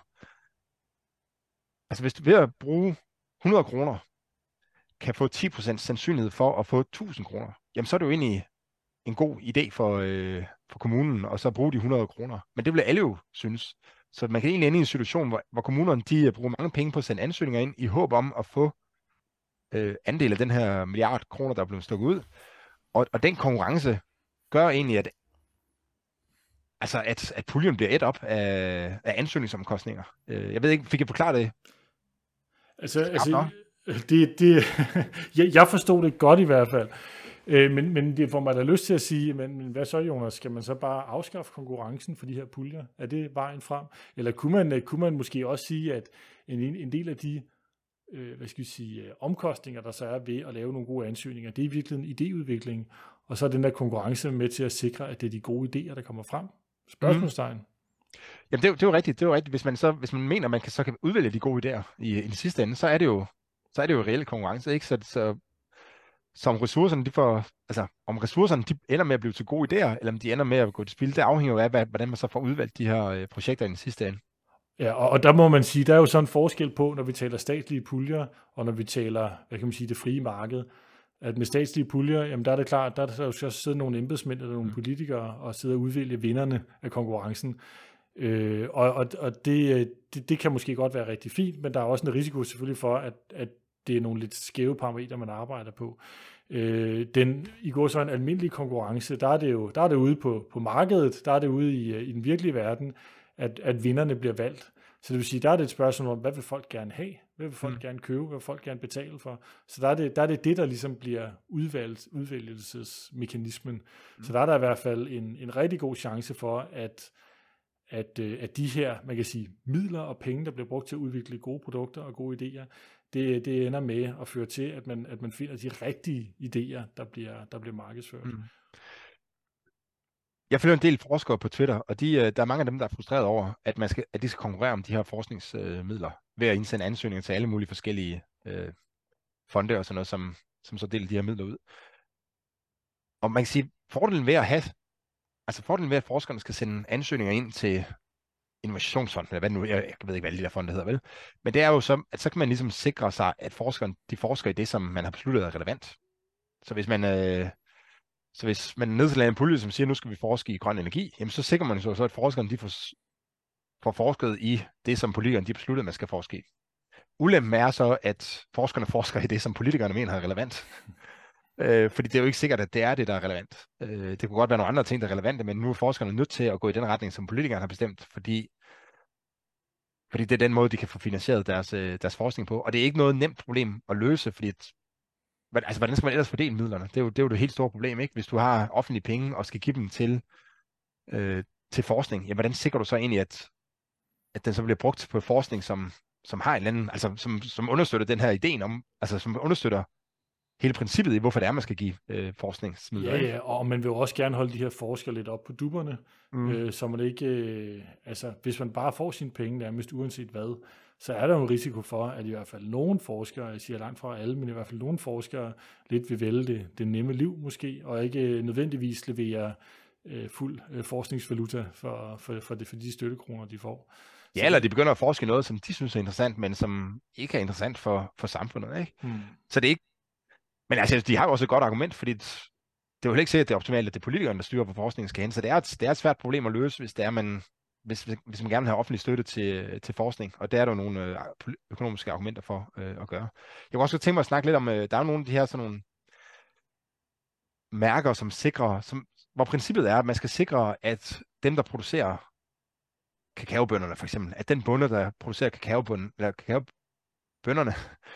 altså hvis du ved at bruge hundrede kroner, kan få ti procent sandsynlighed for at få tusind kroner, jamen så er det jo egentlig en god idé for, øh, for kommunen, og så bruge de hundrede kroner. Men det vil alle jo synes. Så man kan egentlig ende i en situation, hvor, hvor kommunerne de bruger mange penge på at sende ansøgninger ind, i håb om at få øh, andel af den her milliard kroner, der er blevet stukket ud. Og, og den konkurrence gør egentlig, at, altså at, at puljen bliver et op af, af ansøgningsomkostninger. Øh, jeg ved ikke, fik jeg forklaret det? Altså, altså det, det, jeg, jeg forstod det godt i hvert fald. Øh, men, men det får mig da lyst til at sige, men, men hvad så, Jonas? Skal man så bare afskaffe konkurrencen for de her puljer? Er det vejen frem? Eller kunne man, kunne man måske også sige, at en, en del af de øh, hvad skal vi sige, omkostninger, der så er ved at lave nogle gode ansøgninger, det er i virkeligheden idéudvikling, og så er den der konkurrence med til at sikre, at det er de gode idéer, der kommer frem? Spørgsmålstegn. Mm. Jamen det er, det er jo rigtigt, det er jo rigtigt. Hvis man så, hvis man mener, at man kan, så kan udvælge de gode idéer i, i den sidste ende, så er det jo, så er det jo reel konkurrence, ikke? Så, så som ressourcerne, de får, altså om ressourcerne de ender med at blive til gode idéer, eller om de ender med at gå til spil, det afhænger jo af, hvordan man så får udvalgt de her øh, projekter i den sidste ende. Ja, og, og der må man sige, der er jo sådan en forskel på, når vi taler statslige puljer, og når vi taler, hvad kan man sige, det frie marked. At med statslige puljer, jamen der er det klart, der er der jo også sidde nogle embedsmænd eller nogle politikere og sidde og udvælge vinderne af konkurrencen. Øh, og og, og det, det, det kan måske godt være rigtig fint, men der er også en risiko selvfølgelig for, at, at det er nogle lidt skæve parametre, man arbejder på. Øh, den, I går så en almindelig konkurrence, der er det jo der er det ude på, på markedet, der er det ude i, i den virkelige verden, at, at vinderne bliver valgt. Så det vil sige, der er det et spørgsmål om, hvad vil folk gerne have? Hvad vil folk mm. gerne købe? Hvad vil folk gerne betale for? Så der er det der, er det, det der ligesom bliver udvalgt, udvælgelsesmekanismen. Mm. Så der er der i hvert fald en, en rigtig god chance for, at, at, at de her, man kan sige, midler og penge, der bliver brugt til at udvikle gode produkter og gode idéer, det, det ender med at føre til, at man, at man finder de rigtige idéer, der bliver, der bliver markedsført. Mm. Jeg følger en del forskere på Twitter, og de, der er mange af dem, der er frustreret over, at, man skal, at de skal konkurrere om de her forskningsmidler ved at indsende ansøgninger til alle mulige forskellige øh, fonde og sådan noget, som, som så deler de her midler ud. Og man kan sige, fordelen ved at have, altså fordelen ved, at forskerne skal sende ansøgninger ind til innovationsfonden, eller hvad nu, jeg, jeg ved ikke, hvad de der fonde hedder, vel? Men det er jo så, at så kan man ligesom sikre sig, at forskerne, de forsker i det, som man har besluttet er relevant. Så hvis man... Øh, Så hvis man nedsætter en pulje, som siger, nu skal vi forske i grøn energi, jamen så sikrer man jo så, at forskerne de får, får forsket i det, som politikerne de besluttede, man skal forske i. Ulempen er så, at forskerne forsker i det, som politikerne mener er relevant. øh, fordi det er jo ikke sikkert, at det er det, der er relevant. Øh, det kunne godt være nogle andre ting, der er relevante, men nu er forskerne nødt til at gå i den retning, som politikerne har bestemt, fordi, fordi det er den måde, de kan få finansieret deres, deres forskning på. Og det er ikke noget nemt problem at løse, fordi et, altså, hvordan skal man ellers fordele midlerne? Det er jo det, er jo det helt store problem, ikke? Hvis du har offentlige penge og skal give dem til, øh, til forskning, ja, hvordan sikrer du så egentlig, at, at den så bliver brugt på forskning, som, som har en eller anden, altså som, som understøtter den her ideen om, altså som understøtter hele princippet i, hvorfor det er, man skal give øh, forskningsmidler. Ja, ja, og man vil jo også gerne holde de her forskere lidt op på dupperne, mm. øh, så man ikke, øh, altså hvis man bare får sine penge nærmest uanset hvad, så er der jo en risiko for, at i hvert fald nogle forskere, jeg siger langt fra alle, men i hvert fald nogle forskere lidt vil vælge det, det nemme liv måske, og ikke nødvendigvis levere øh, fuld øh, forskningsvaluta for, for, for, det, for de støttekroner, de får. Ja, så eller de begynder at forske noget, som de synes er interessant, men som ikke er interessant for, for samfundet. Ikke? Mm. Så det er ikke. Men altså, de har jo også et godt argument, fordi det, det er jo heller ikke sikkert, at det er optimalt, at det er politikerne, der styrer på forskningen skal hen. Så det er, et, det er et svært problem at løse, hvis det er, man, hvis, hvis man gerne vil have offentlig støtte til, til forskning. Og der er der jo nogle øh, økonomiske argumenter for øh, at gøre. Jeg kunne også tænke mig at snakke lidt om, øh, der er jo nogle af de her sådan nogle mærker, som sikrer, som, hvor princippet er, at man skal sikre, at dem, der producerer kakaobønderne for eksempel, at den bonde, der producerer kakaobønderne, eller kakaobønderne,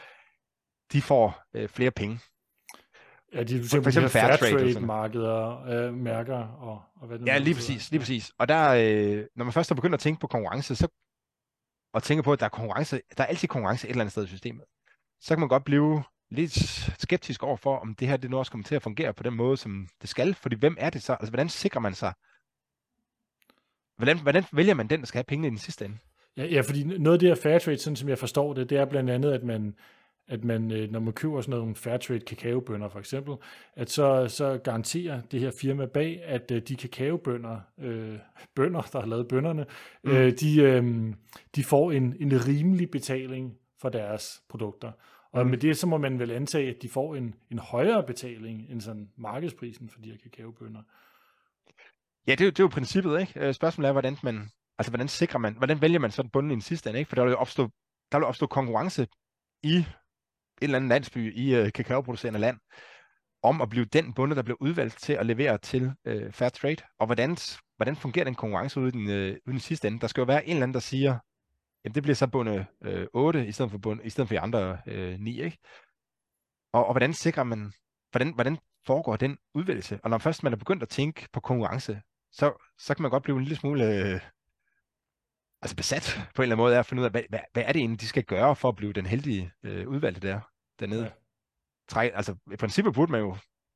de får øh, flere penge. Ja, de, for, for eksempel fair trade markeder, øh, mærker og, og hvad det ja, lige præcis, lige præcis. Og der, øh, når man først har begyndt at tænke på konkurrence, så og tænker på, at der er konkurrence, der er altid konkurrence et eller andet sted i systemet, så kan man godt blive lidt skeptisk over for, om det her det nu også kommer til at fungere på den måde, som det skal. Fordi hvem er det så? Altså, hvordan sikrer man sig? Hvordan, hvordan vælger man den, der skal have pengene i den sidste ende? Ja, ja, fordi noget af det her fair trade, sådan som jeg forstår det, det er blandt andet, at man at man, når man køber sådan nogle Fairtrade kakaobønner for eksempel, at så, så garanterer det her firma bag, at de kakaobønner, øh, bønder, der har lavet bønderne, mm. øh, de, øh, de får en, en rimelig betaling for deres produkter. Og mm. med det, så må man vel antage, at de får en, en højere betaling end sådan markedsprisen for de her kakaobønner. Ja, det er, jo, det er jo princippet, ikke? Spørgsmålet er, hvordan man, altså hvordan sikrer man, hvordan vælger man sådan bunden i den sidste ende, ikke? For der vil jo opstå, der vil opstå konkurrence i en eller anden landsby i uh, kakaoproducerende land, om at blive den bonde, der bliver udvalgt til at levere til uh, fair trade. Og hvordan, hvordan fungerer den konkurrence ude i den, uh, ude i den sidste ende? Der skal jo være en eller anden, der siger, jamen det bliver så bonde uh, otte, i stedet for, bonde, i stedet for de andre uh, ni, ikke? Og, og hvordan sikrer man, hvordan, hvordan foregår den udvælgelse? Og når først man er begyndt at tænke på konkurrence, så, så kan man godt blive en lille smule uh, altså besat på en eller anden måde af at finde ud af, hvad, hvad, hvad er det egentlig, de skal gøre for at blive den heldige øh, udvalgte der, dernede. Ja. Træk, altså i princippet burde man jo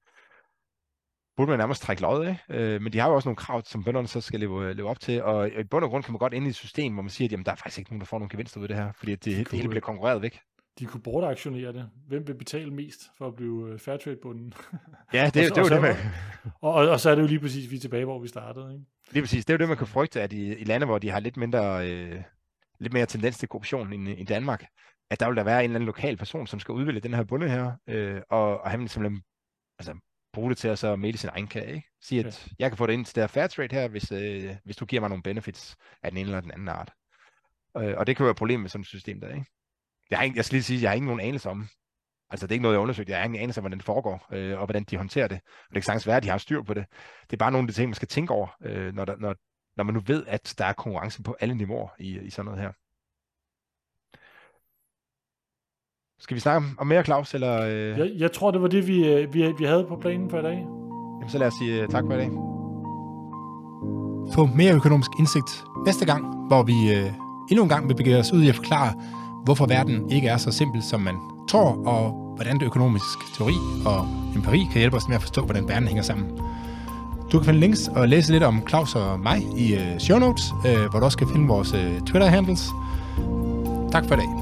burde man nærmest trække lod af, øh, men de har jo også nogle krav, som bønderne så skal leve, leve op til, og i bund og grund kan man godt ind i et system, hvor man siger, at jamen, der er faktisk ikke nogen, der får nogen gevinster ud af det her, fordi det, de det kunne, hele bliver konkurreret væk. De kunne bortaktionere det. Hvem vil betale mest for at blive Fairtrade-bunden? Ja, det, det er jo det, man... Og, og, og så er det jo lige præcis, vi er tilbage, hvor vi startede, ikke? Lige præcis. Det er jo det, man kan frygte, at i, i lande, hvor de har lidt mindre, øh, lidt mere tendens til korruption end i Danmark, at der vil der være en eller anden lokal person, som skal udvælge den her bunde her, øh, og, og han simpelthen altså, bruge det til at så male sin egen kage, ikke? Sige, at ja. jeg kan få det ind til det her fair trade her, hvis, øh, hvis du giver mig nogle benefits af den ene eller den anden art. Øh, og det kan være et problem med sådan et system der, ikke? Jeg, har ikke, jeg skal lige sige, at jeg har ikke nogen anelse om, altså det er ikke noget, jeg har undersøgt, jeg har ingen anelse om, hvordan det foregår, øh, og hvordan de håndterer det. Og det kan sagtens være, at de har styr på det. Det er bare nogle af de ting, man skal tænke over, øh, når, der, når, når man nu ved, at der er konkurrence på alle niveauer i, i sådan noget her. Skal vi snakke om mere, Claus? Eller, øh... jeg, jeg tror, det var det, vi, vi, vi havde på planen for i dag. Jamen, så lad os sige uh, tak for i dag. Få mere økonomisk indsigt næste gang, hvor vi øh, endnu en gang vil begive os ud i at forklare, hvorfor verden ikke er så simpel, som man tror, og hvordan det økonomiske teori og empiri kan hjælpe os med at forstå, hvordan verden hænger sammen. Du kan finde links og læse lidt om Claus og mig i uh, show notes, uh, hvor du også kan finde vores uh, Twitter-handles. Tak for i dag.